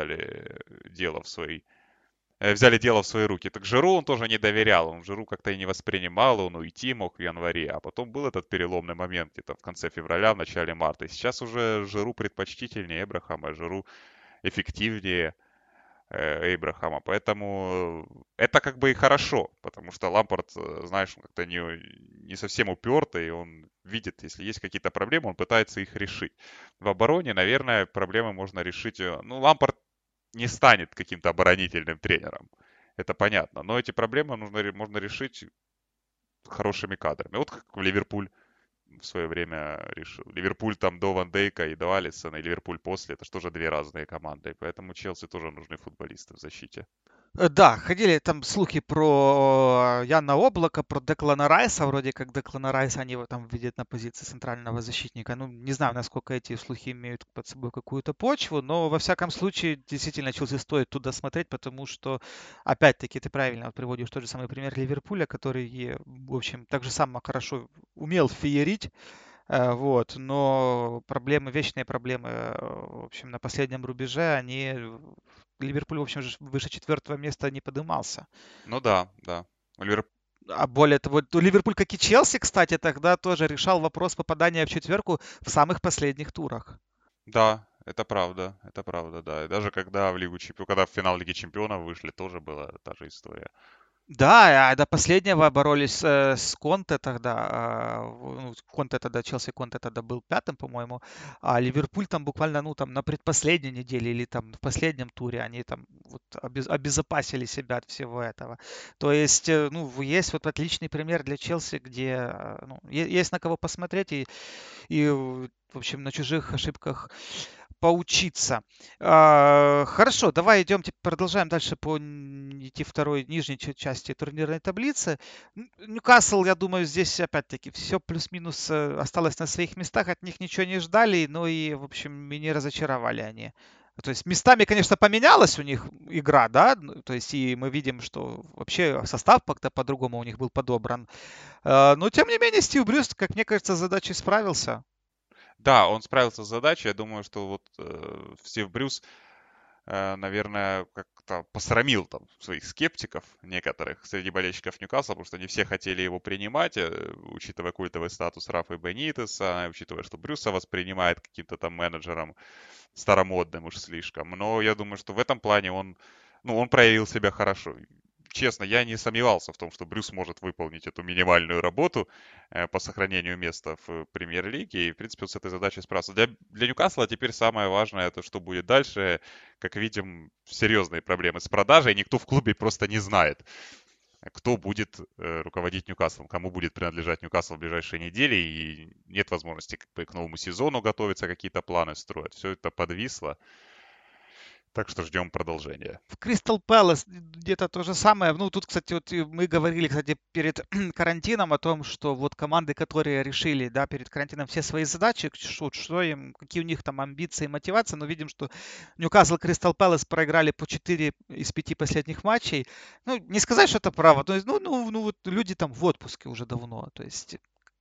взяли дело в свои руки. Так Жиру он тоже не доверял, он Жиру как-то и не воспринимал, он уйти мог в январе, а потом был этот переломный момент где-то в конце февраля, в начале марта. И сейчас уже Жиру предпочтительнее Эбрахама, Жиру эффективнее Эйбрахама. Поэтому это как бы и хорошо, потому что Лампард, знаешь, он как-то не совсем упертый, он видит, если есть какие-то проблемы, он пытается их решить. В обороне, наверное, проблемы можно решить. Ну, Лампард не станет каким-то оборонительным тренером. Это понятно. Но эти проблемы можно решить хорошими кадрами. Вот как Ливерпуль в свое время решил. Ливерпуль там до Ван Дейка и до Алисона, и Ливерпуль после. Это же тоже две разные команды. Поэтому Челси тоже нужны футболисты в защите. Да, ходили там слухи про Яна Облака, про Деклана Райса. Вроде как Деклана Райса они его там видят на позиции центрального защитника. Ну, не знаю, насколько эти слухи имеют под собой какую-то почву, но во всяком случае, действительно, Челси стоит туда смотреть, потому что, опять-таки, ты правильно вот приводишь тот же самый пример Ливерпуля, который, в общем, так же само хорошо умел феерить. Вот, но проблемы, вечные проблемы, в общем, на последнем рубеже, Ливерпуль, в общем, же выше четвертого места не подымался. Ну да, да. А более того, Ливерпуль, как и Челси, кстати, тогда тоже решал вопрос попадания в четверку в самых последних турах. Да, это правда, да. И даже когда в Лигу Чемпионов, когда в финал Лиги Чемпионов вышли, тоже была та же история. Да, а до последнего боролись с Конте тогда. Ну, Конте тогда, Челси Конте тогда был пятым, по-моему. А Ливерпуль там буквально, ну, там на предпоследней неделе или там в последнем туре они там вот обезопасили себя от всего этого. То есть, ну, есть вот отличный пример для Челси, где, ну, есть на кого посмотреть в общем, на чужих ошибках поучиться. Хорошо, давай идем, продолжаем дальше по идти второй нижней части турнирной таблицы. Ньюкасл, я думаю, здесь опять-таки все плюс-минус осталось на своих местах, от них ничего не ждали, но и, в общем, и не разочаровали они. То есть местами, конечно, поменялась у них игра, да, ну, то есть и мы видим, что вообще состав как-то по-другому у них был подобран. Но, тем не менее, Стив Брюс, как мне кажется, с задачей справился. Да, он справился с задачей. Я думаю, что вот Стив Брюс, наверное, как-то посрамил там своих скептиков некоторых среди болельщиков Ньюкасла, потому что не все хотели его принимать, учитывая культовый статус Рафа Бенитеса, учитывая, что Брюса воспринимает каким-то там менеджером старомодным уж слишком. Но я думаю, что в этом плане он проявил себя хорошо. Честно, я не сомневался в том, что Брюс может выполнить эту минимальную работу по сохранению места в премьер-лиге. И, в принципе, он с этой задачей справился. Для Ньюкасла теперь самое важное, это что будет дальше. Как видим, серьезные проблемы с продажей. Никто в клубе просто не знает, кто будет руководить Ньюкаслом, кому будет принадлежать Ньюкасл в ближайшие недели. И нет возможности как бы к новому сезону готовиться, какие-то планы строить. Все это подвисло. Так что ждем продолжения. В Кристал Пэлас где-то то же самое. Ну, тут, кстати, вот мы говорили, кстати, перед карантином о том, что вот команды, которые решили, да, перед карантином все свои задачи, что им, какие у них там амбиции, мотивация, но видим, что Ньюкасл, Кристал Пэлас проиграли по 4 из 5 последних матчей. Ну, не сказать, что это право, то есть, вот люди там в отпуске уже давно, то есть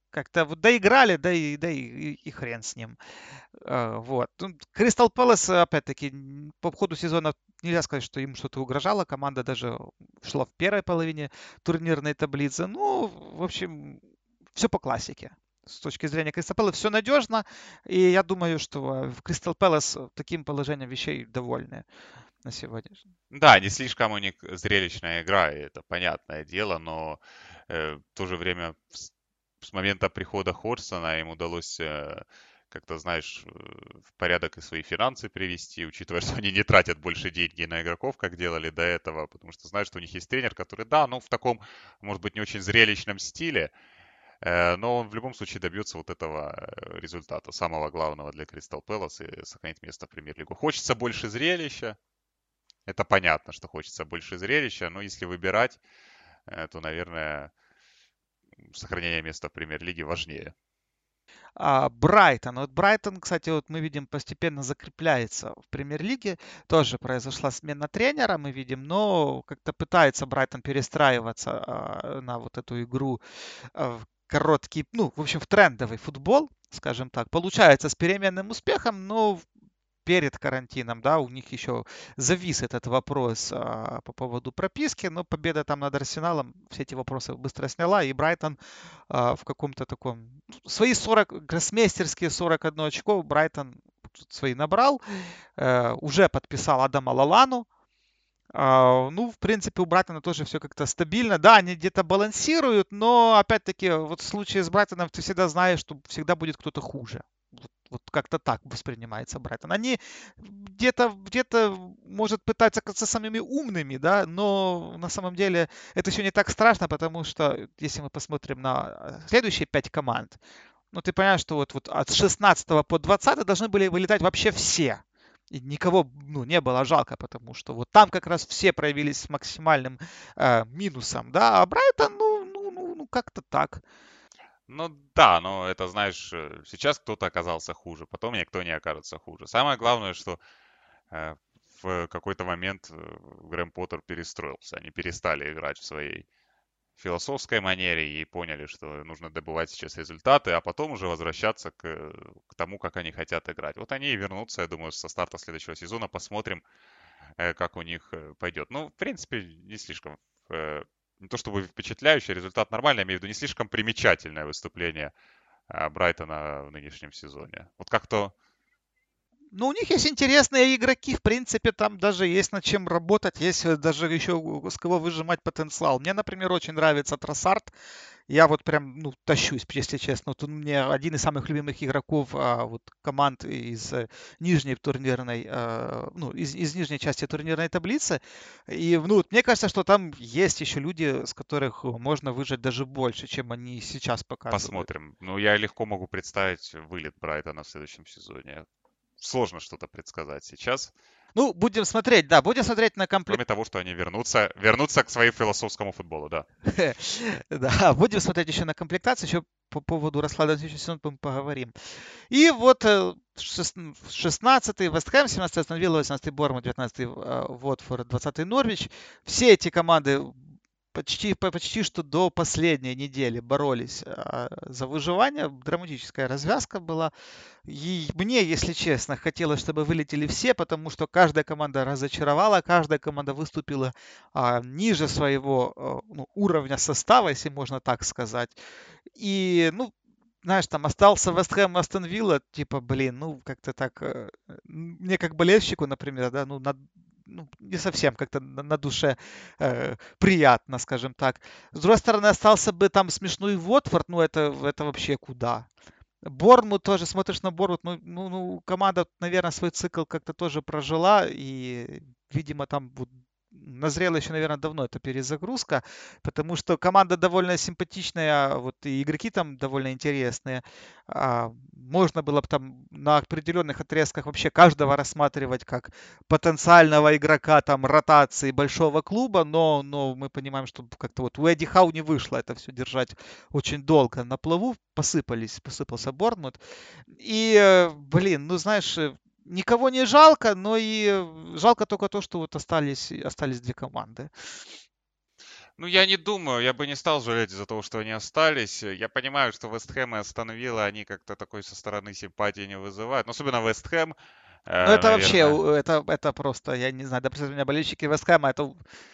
как-то вот доиграли, и хрен с ним. Вот. Кристал Пэлас, опять-таки, по ходу сезона нельзя сказать, что им что-то угрожало. Команда даже шла в первой половине турнирной таблицы. Ну, в общем, все по классике. С точки зрения Кристал Пэлас все надежно. И я думаю, что в Кристал Пэлас таким положением вещей довольны на сегодня. Да, не слишком у них зрелищная игра, и это понятное дело, но в то же время с момента прихода Хорсона им удалось как-то, знаешь, в порядок и свои финансы привести, учитывая, что они не тратят больше деньги на игроков, как делали до этого, потому что знают, что у них есть тренер, который, да, ну, в таком, может быть, не очень зрелищном стиле, но он в любом случае добьется вот этого результата, самого главного для Кристал Пэлас и сохранить место в Премьер-лигу. Хочется больше зрелища, это понятно, что хочется больше зрелища, но если выбирать, то, наверное, сохранение места в Премьер-лиге важнее. Брайтон. Вот Брайтон, кстати, вот мы видим, постепенно закрепляется в премьер-лиге. Тоже произошла смена тренера, мы видим, но как-то пытается Брайтон перестраиваться на вот эту игру в короткий, ну, в общем, в трендовый футбол, скажем так. Получается с переменным успехом, но перед карантином, да, у них еще завис этот вопрос по поводу прописки, но победа там над Арсеналом все эти вопросы быстро сняла, и Брайтон в каком-то таком... Свои 40, гроссмейстерские 41 очко Брайтон свои набрал, уже подписал Адама Лалану. Ну, в принципе, у Брайтона тоже все как-то стабильно. Да, они где-то балансируют, но, опять-таки, вот в случае с Брайтоном ты всегда знаешь, что всегда будет кто-то хуже. Вот как-то так воспринимается Брайтон. Они где-то, может, пытаться казаться самыми умными, да, но на самом деле это еще не так страшно, потому что если мы посмотрим на следующие 5 команд, ну, ты понимаешь, что вот от 16 по 20 должны были вылетать вообще все. И никого, ну, не было жалко, потому что вот там как раз все проявились с максимальным минусом, да, а Брайтон, ну, как-то так. Ну да, но это, знаешь, сейчас кто-то оказался хуже, потом никто не окажется хуже. Самое главное, что э, в какой-то момент Грэм Поттер перестроился. Они перестали играть в своей философской манере и поняли, что нужно добывать сейчас результаты, а потом уже возвращаться к тому, как они хотят играть. Вот они и вернутся, я думаю, со старта следующего сезона. Посмотрим, как у них пойдет. Ну, в принципе, не слишком, не то чтобы впечатляющий, результат нормальный, я имею в виду не слишком примечательное выступление Брайтона в нынешнем сезоне. Вот как-то Ну, у них есть интересные игроки, в принципе, там даже есть над чем работать, есть даже еще с кого выжимать потенциал. Мне, например, очень нравится Тросард. Я вот прям, ну, тащусь, если честно. Вот он мне один из самых любимых игроков вот, команд из нижней турнирной, ну, из нижней части турнирной таблицы. И, ну, вот мне кажется, что там есть еще люди, с которых можно выжать даже больше, чем они сейчас показывают. посмотрим. Ну, я легко могу представить вылет Брайтона в следующем сезоне. Сложно что-то предсказать сейчас, Ну, будем смотреть, да, будем смотреть на комплект. кроме того, что они вернутся к своему философскому футболу, да. Да, будем смотреть еще на комплектацию, еще по поводу расклада на следующий сезон поговорим. И вот 16-й Вест Хэм, 17-й Астон Вилла, 18-й Бормут, 19-й Уотфорд, 20-й Норвич. Все эти команды почти что до последней недели боролись за выживание. Драматическая развязка была. И мне, если честно, хотелось, чтобы вылетели все, потому что каждая команда разочаровала, каждая команда выступила ниже своего ну, уровня состава, если можно так сказать. И, ну, знаешь, там остался Вест Хэм, Астон Вилла, типа, блин, ну, как-то так, мне как болельщику, например, да, ну, не совсем как-то на душе приятно, скажем так. С другой стороны, остался бы там смешной Уотфорд, ну, это вообще куда? Борнмут тоже, смотришь на Борнмут, ну, команда, наверное, свой цикл как-то тоже прожила, и, видимо, там вот назрела еще, наверное, давно эта перезагрузка, потому что команда довольно симпатичная, вот и игроки там довольно интересные. Можно было бы там на определенных отрезках вообще каждого рассматривать как потенциального игрока там ротации большого клуба, но мы понимаем, что как-то вот у Эдди Хау не вышло это все держать очень долго на плаву, посыпался Борнмут. И, блин, ну знаешь, никого не жалко, но и жалко только то, что вот остались две команды. Ну, я не думаю, я бы не стал жалеть из-за того, что они остались. Я понимаю, что Вест Хэм и Астон Вилла, они как-то такой со стороны симпатии не вызывают. Но особенно Вест Хэм, Ну, это вообще, наверное. это просто, я не знаю, допустим, у меня болельщики Вест Хэма, это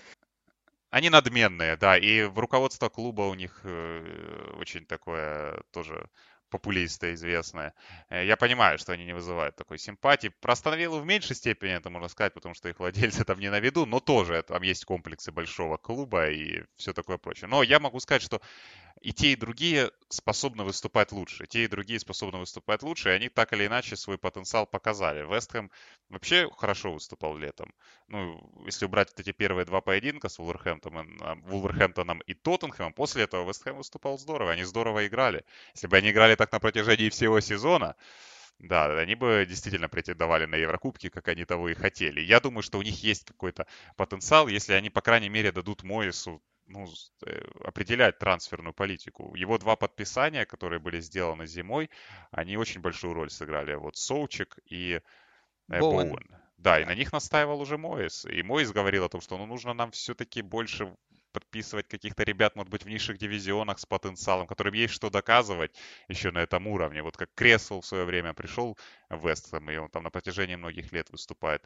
Они надменные, да, и в руководство клуба у них очень такое тоже популистское известное. Я понимаю, что они не вызывают такой симпатии. Про Астон Виллу в меньшей степени это можно сказать, потому что их владельцы там не на виду, но тоже там есть комплексы большого клуба и все такое прочее. Но я могу сказать, что и те, и другие способны выступать лучше. Те и другие способны выступать лучше, и они так или иначе свой потенциал показали. Вест Хэм вообще хорошо выступал летом. Ну, если убрать вот эти первые два поединка с Вулверхэмптоном и Тоттенхэмом, после этого Вест Хэм выступал здорово. Они здорово играли. Если бы они играли так на протяжении всего сезона, да, они бы действительно претендовали на Еврокубки, как они того и хотели. Я думаю, что у них есть какой-то потенциал, если они, по крайней мере, дадут Моису ну, определять трансферную политику. Его два подписания, которые были сделаны зимой, они очень большую роль сыграли. Вот Соучек и Боуэн. Боуэн. Да, и на Да. них настаивал уже Моис. И Моис говорил о том, что ну, нужно нам все-таки больше подписывать каких-то ребят, может быть, в низших дивизионах с потенциалом, которым есть что доказывать еще на этом уровне. Вот как Кресвелл в свое время пришел в Вест Хэм, и он там на протяжении многих лет выступает.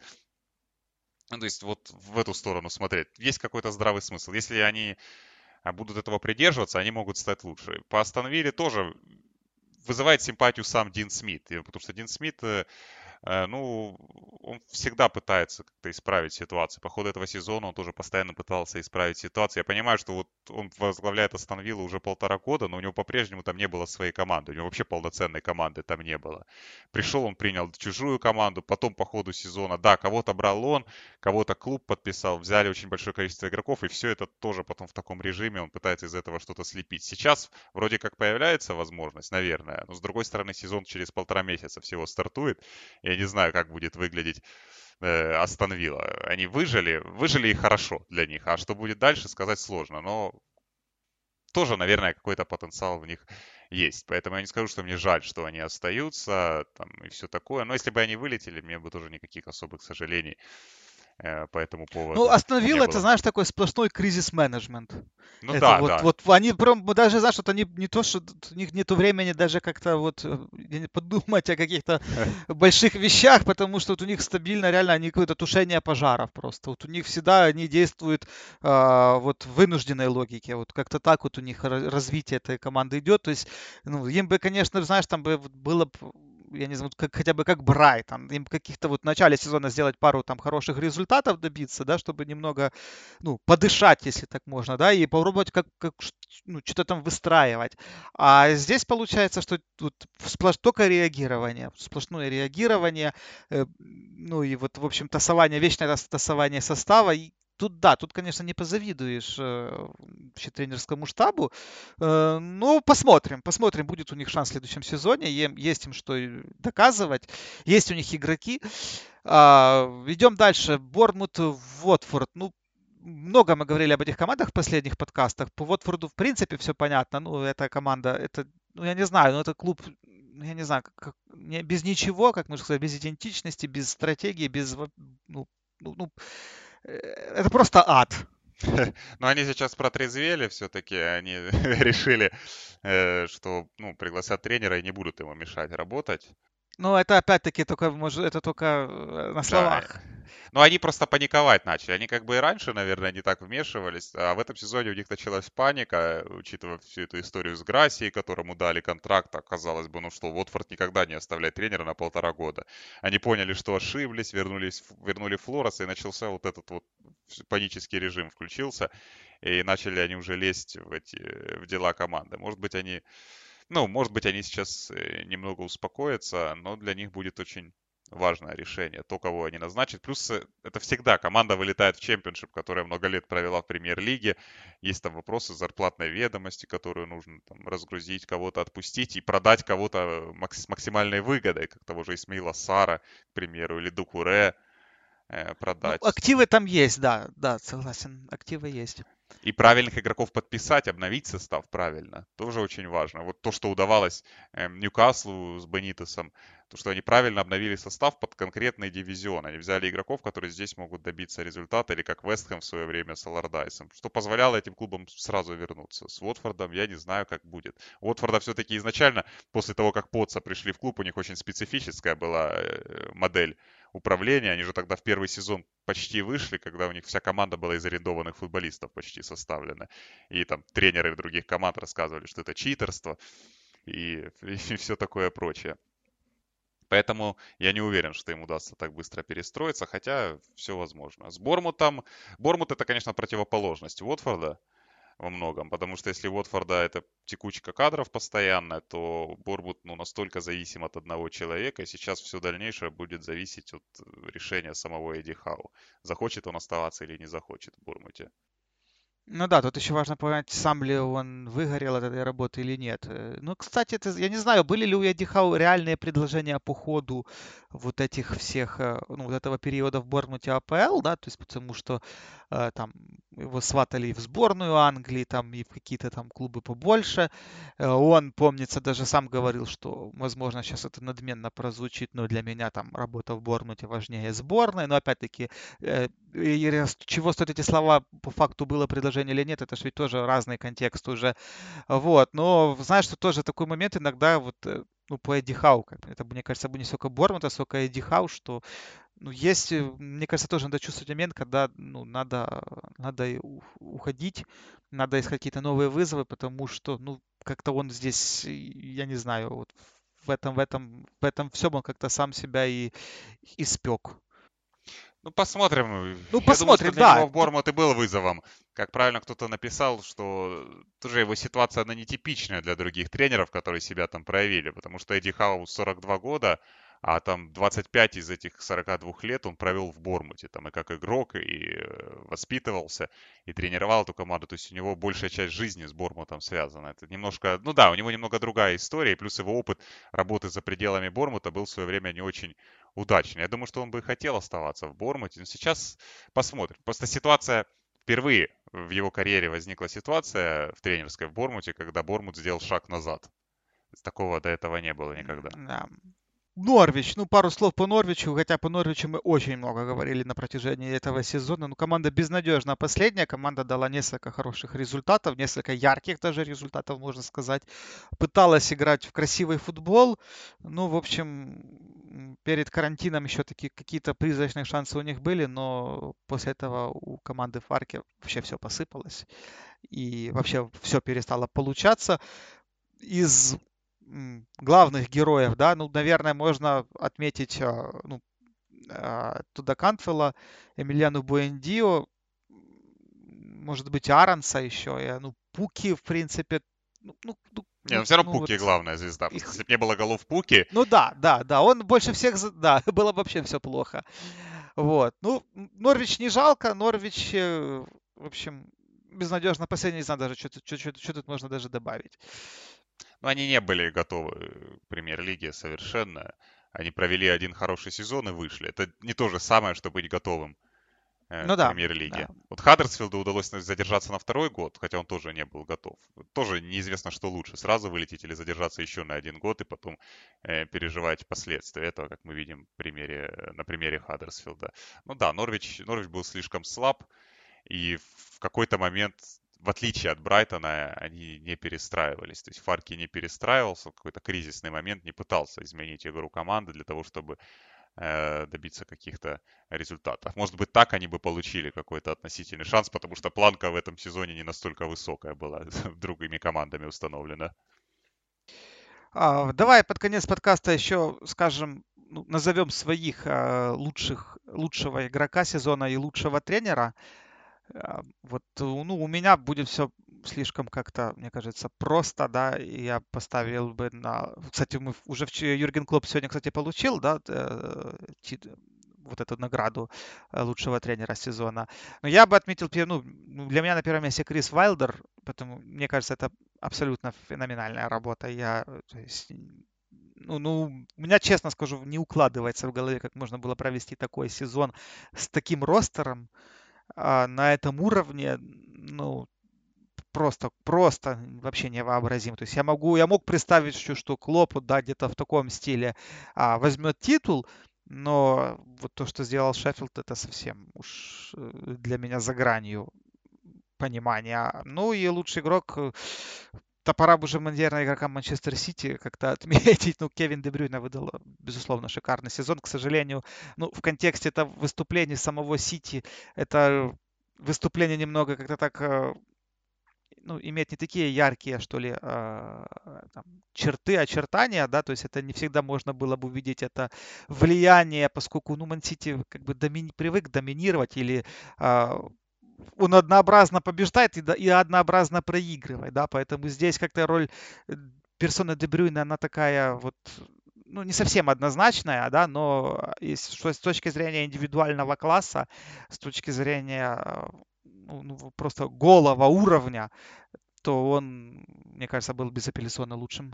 Ну, то есть вот в эту сторону смотреть. Есть какой-то здравый смысл. Если они будут этого придерживаться, они могут стать лучше. По Астон Вилле тоже вызывает симпатию сам Дин Смит, потому что Дин Смит ну, он всегда пытается как-то исправить ситуацию. По ходу этого сезона он тоже постоянно пытался исправить ситуацию. Я понимаю, что вот он возглавляет Астон Виллу уже 1,5 года, но у него по-прежнему там не было своей команды. У него вообще полноценной команды там не было. Пришел, он принял чужую команду, потом по ходу сезона, да, кого-то брал он, кого-то клуб подписал, взяли очень большое количество игроков, и все это тоже потом в таком режиме он пытается из этого что-то слепить. Сейчас вроде как появляется возможность, наверное, но с другой стороны сезон через 1,5 месяца всего стартует. Я не знаю, как будет выглядеть Астон Вилла. Они выжили и хорошо для них. А что будет дальше, сказать сложно. Но тоже, наверное, какой-то потенциал в них есть. Поэтому я не скажу, что мне жаль, что они остаются там, и все такое. Но если бы они вылетели, мне бы тоже никаких особых сожалений по этому Ну, поводу Астон не Вилла, это, было. знаешь, такой сплошной кризис-менеджмент. Ну Это да, вот, да. вот они прям даже, знаешь, вот они не то, что у них нету времени даже как-то вот подумать о каких-то больших вещах, потому что вот у них стабильно, реально, они какое-то тушение пожаров просто. Вот у них всегда они действуют вот в вынужденной логике. Вот как-то так вот у них развитие этой команды идет. То есть, ну, им бы, конечно, знаешь, там бы вот было б я не знаю, как, хотя бы как Брайтон, им каких-то вот в начале сезона сделать пару там хороших результатов добиться, да, чтобы немного, ну, подышать, если так можно, да, и попробовать ну, что-то там выстраивать. А здесь получается, что тут только реагирование, сплошное реагирование, ну и вот, в общем, тасование, вечное тасование состава, и тут да, тут, конечно, не позавидуешь вообще тренерскому штабу. Ну, посмотрим, будет у них шанс в следующем сезоне. Есть им что и доказывать. Есть у них игроки. Идем дальше. Борнмут, Уотфорд. Ну, много мы говорили об этих командах в последних подкастах. По Уотфорду, в принципе, все понятно. Ну, эта команда, это, ну, я не знаю, но это клуб, я не знаю, без ничего, как можно сказать, без идентичности, без стратегии, без, ну, ну, это просто ад. Но они сейчас протрезвели все-таки, они решили, что ну, пригласят тренера и не будут ему мешать работать. Ну, это опять-таки только, может, это только на Да, словах. но они просто паниковать начали. Они как бы и раньше, наверное, не так вмешивались, а в этом сезоне у них началась паника, учитывая всю эту историю с Грасией, которому дали контракт. А казалось бы, ну что, Уотфорд никогда не оставляет тренера на 1,5 года. Они поняли, что ошиблись, вернули Флореса, и начался вот этот вот панический режим включился, и начали они уже лезть в дела команды. Может быть, они сейчас немного успокоятся, но для них будет очень важное решение, то, кого они назначат. Плюс это всегда команда вылетает в чемпионшип, которая много лет провела в премьер-лиге. Есть там вопросы зарплатной ведомости, которую нужно там разгрузить, кого-то отпустить и продать кого-то с максимальной выгодой, как того же Исмаила Сара, к примеру, или Дукуре Ну, продать. активы там есть, да, да, согласен, активы есть. И правильных игроков подписать, обновить состав правильно, тоже очень важно. Вот то, что удавалось Ньюкаслу с Бенитесом, То, что они правильно обновили состав под конкретный дивизион. Они взяли игроков, которые здесь могут добиться результата, или как Вест Хэм в свое время с Алlardyce'ом, что позволяло этим клубам сразу вернуться. С Уотфордом я не знаю, как будет. У Уотфорда все-таки изначально, после того, как Потса пришли в клуб, у них очень специфическая была модель управления. Они же тогда в первый сезон почти вышли, когда у них вся команда была из арендованных футболистов почти составлена. И там тренеры других команд рассказывали, что это читерство и все такое прочее. Поэтому я не уверен, что им удастся так быстро перестроиться, хотя все возможно. С Бормутом... Бормут это, конечно, противоположность Уотфорда во многом, потому что если у Уотфорда это текучка кадров постоянная, то Бормут настолько зависим от одного человека, и сейчас все дальнейшее будет зависеть от решения самого Эдди Хау. Захочет он оставаться или не захочет в Бормуте. Ну да, тут еще важно понять, сам ли он выгорел от этой работы или нет. Ну, кстати, я не знаю, были ли у Эдди Хау реальные предложения по ходу вот этих всех, ну, вот этого периода в Борнмуте АПЛ, да, то есть потому что там его сватали и в сборную Англии, там и в какие-то там клубы побольше. Он, помнится, даже сам говорил, что, возможно, сейчас это надменно прозвучит, но для меня там работа в Борнмуте важнее сборной. Но опять-таки, чего стоят эти слова, по факту было предложение или нет, это же ведь тоже разный контекст уже. Вот, но знаешь, что тоже такой момент иногда вот, ну, по Эдди Хау, как бы, это, мне кажется, не столько Бормута, сколько Эдди Хау, что, ну, есть, мне кажется, тоже надо чувствовать момент, когда, ну, надо и уходить, надо искать какие-то новые вызовы, потому что, ну, как-то он здесь, я не знаю, вот в этом всем он как-то сам себя и испек. Ну, посмотрим. Ну, Я думаю, что посмотрим, для да. него Бормут и был вызовом. Как правильно кто-то написал, что тоже его ситуация, она нетипичная для других тренеров, которые себя там проявили. Потому что Эдди Хау 42 года, а там 25 из этих 42 лет он провел в Бормуте. Там и как игрок, и воспитывался, и тренировал эту команду. То есть у него большая часть жизни с Бормутом связана. Это немножко, ну да, у него немного другая история. И плюс его опыт работы за пределами Бормута был в свое время не очень удачный. Я думаю, что он бы и хотел оставаться в Бормуте. Но сейчас посмотрим. Просто ситуация впервые в его карьере возникла ситуация в тренерской в Бормуте, когда Бормут сделал шаг назад. Такого до этого не было никогда. Да. Норвич, ну пару слов по Норвичу, хотя по Норвичу мы очень много говорили на протяжении этого сезона. Ну, команда безнадежна последняя, команда дала несколько хороших результатов, несколько ярких даже результатов, можно сказать. Пыталась играть в красивый футбол. Ну, в общем, перед карантином еще такие какие-то призрачные шансы у них были, но после этого у команды Фарки вообще все посыпалось. И вообще все перестало получаться. Из главных героев, да, ну, наверное, можно отметить, ну, Туда Кантвелла, Эмiliano Буэндио, может быть, Аронса еще, ну, Пуки, в принципе, Не, ну все равно ну Пуки вот главная звезда. Просто их, если бы не было голов Пуки, ну да, да, да, он больше всех, да, было бы вообще все плохо. Вот, ну, Норвич не жалко, Норвич, в общем, безнадежно последний, не знаю даже, что тут можно даже добавить. ну, они не были готовы к премьер-лиге совершенно. Они провели один хороший сезон и вышли. Это не то же самое, что быть готовым Ну к да, да. премьер-лиге. Вот Хаддерсфилду удалось задержаться на второй год, хотя он тоже не был готов. Тоже неизвестно, что лучше, сразу вылететь или задержаться еще на один год и потом переживать последствия этого, как мы видим на примере Хаддерсфилда. Ну да, Норвич был слишком слаб, и в какой-то момент, в отличие от Брайтона, они не перестраивались. То есть Фарки не перестраивался, в какой-то кризисный момент не пытался изменить игру команды для того, чтобы добиться каких-то результатов. Может быть, так они бы получили какой-то относительный шанс, потому что планка в этом сезоне не настолько высокая была другими командами установлена. Давай под конец подкаста еще скажем, ну, назовем своих лучшего игрока сезона и лучшего тренера. Вот, ну, у меня будет все слишком как-то, мне кажется, просто, да, и я поставил бы Кстати, Юрген Клопп сегодня, кстати, получил, да, вот эту награду лучшего тренера сезона. Но я бы отметил, для меня на первом месте Крис Вайлдер, потому мне кажется, это абсолютно феноменальная работа. То есть, у меня, честно скажу, не укладывается в голове, как можно было провести такой сезон с таким ростером, на этом уровне, ну, просто вообще невообразим. То есть я мог представить, что Клоп, вот, да, где-то в таком стиле возьмет титул, но вот то, что сделал Шеффилд, это совсем уж для меня за гранью понимания. Ну и лучший игрок, да пора бы уже, наверное, игрокам Манчестер Сити как-то отметить. Ну, Кевин Де Брюйне выдал, безусловно, шикарный сезон. К сожалению, ну, в контексте это выступления самого Сити, это выступление немного как-то так, ну, имеет не такие яркие, что ли, там, черты, очертания, да, то есть это не всегда можно было бы увидеть это влияние, поскольку, ну, Ман Сити как бы привык доминировать или а, он однообразно побеждает и однообразно проигрывает, да, поэтому здесь как-то роль э, персоны Де Брюйна, она такая вот, ну, не совсем однозначная, да, но что с точки зрения индивидуального класса, с точки зрения ну, просто голого уровня, то он, мне кажется, был безапелляционно лучшим.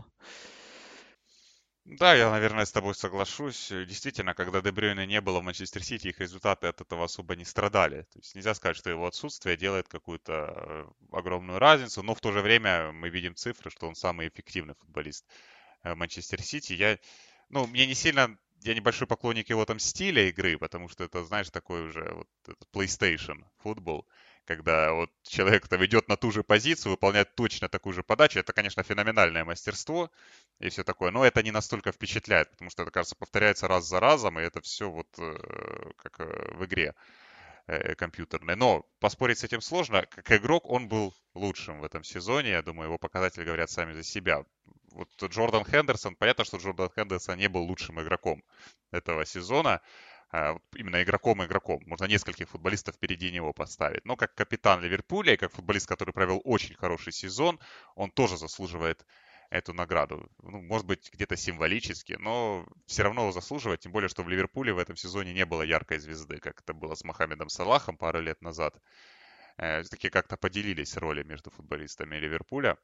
Да, я, наверное, с тобой соглашусь. Действительно, когда Де Брюйне не было в Манчестер Сити, их результаты от этого особо не страдали. То есть нельзя сказать, что его отсутствие делает какую-то огромную разницу, но в то же время мы видим цифры, что он самый эффективный футболист Манчестер Сити. Ну, мне не сильно, я небольшой поклонник его там стиля игры, потому что это, знаешь, такой уже вот этот PlayStation футбол, когда вот человек там идет на ту же позицию, выполняет точно такую же подачу. Это, конечно, феноменальное мастерство и все такое, но это не настолько впечатляет, потому что это, кажется, повторяется раз за разом, и это все вот как в игре компьютерной. Но поспорить с этим сложно. Как игрок он был лучшим в этом сезоне. Я думаю, его показатели говорят сами за себя. Вот Джордан Хендерсон, понятно, что Джордан Хендерсон не был лучшим игроком этого сезона. Вот именно игроком-игроком. Можно нескольких футболистов впереди него поставить. Но как капитан Ливерпуля и как футболист, который провел очень хороший сезон, он тоже заслуживает эту награду. Ну, может быть, где-то символически, но все равно его заслуживает, тем более, что в Ливерпуле в этом сезоне не было яркой звезды, как это было с Мохаммедом Салахом пару лет назад. Все-таки как-то поделились роли между футболистами Ливерпуля,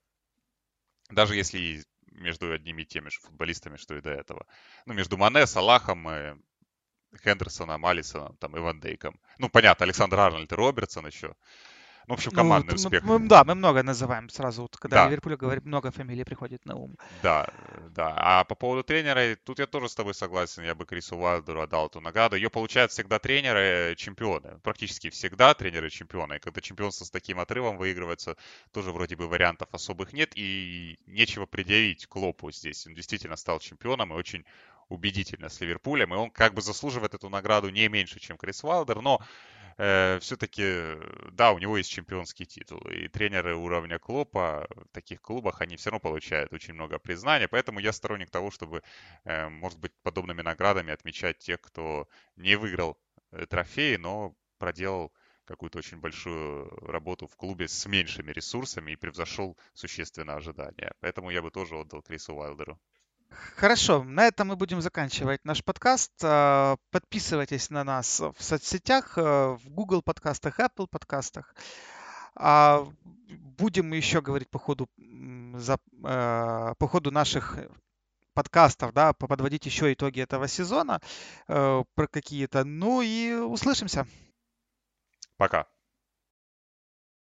даже если и между одними и теми же футболистами, что и до этого. Ну, между Мане, Салахом, Хендерсоном, Алисоном, там, и Ван Дейком. Ну, понятно, Александр Арнольд и Робертсон еще. Ну, в общем, Ну, командный успех. да, мы много называем сразу, вот, когда Да, Ливерпуль говорит, много фамилий приходит на ум. да, да. А по поводу тренера, тут я тоже с тобой согласен. Я бы Крису Уайлдеру отдал эту награду. Ее получают всегда тренеры-чемпионы. Практически всегда тренеры-чемпионы. И когда чемпионство с таким отрывом выигрывается, тоже вроде бы вариантов особых нет. И нечего предъявить Клопу здесь. Он действительно стал чемпионом и очень убедительно с Ливерпулем. И он как бы заслуживает эту награду не меньше, чем Крис Уайлдер. Но все-таки, да, у него есть чемпионский титул. И тренеры уровня Клопа в таких клубах, они все равно получают очень много признания. Поэтому я сторонник того, чтобы, может быть, подобными наградами отмечать тех, кто не выиграл трофеи, но проделал какую-то очень большую работу в клубе с меньшими ресурсами и превзошел существенно ожидания. Поэтому я бы тоже отдал Крису Уайлдеру. Хорошо, на этом мы будем заканчивать наш подкаст. Подписывайтесь на нас в соцсетях, в Google подкастах, Apple подкастах. Будем еще говорить по ходу, по ходу наших подкастов, да, подводить еще итоги этого сезона про какие-то. Ну и услышимся. Пока.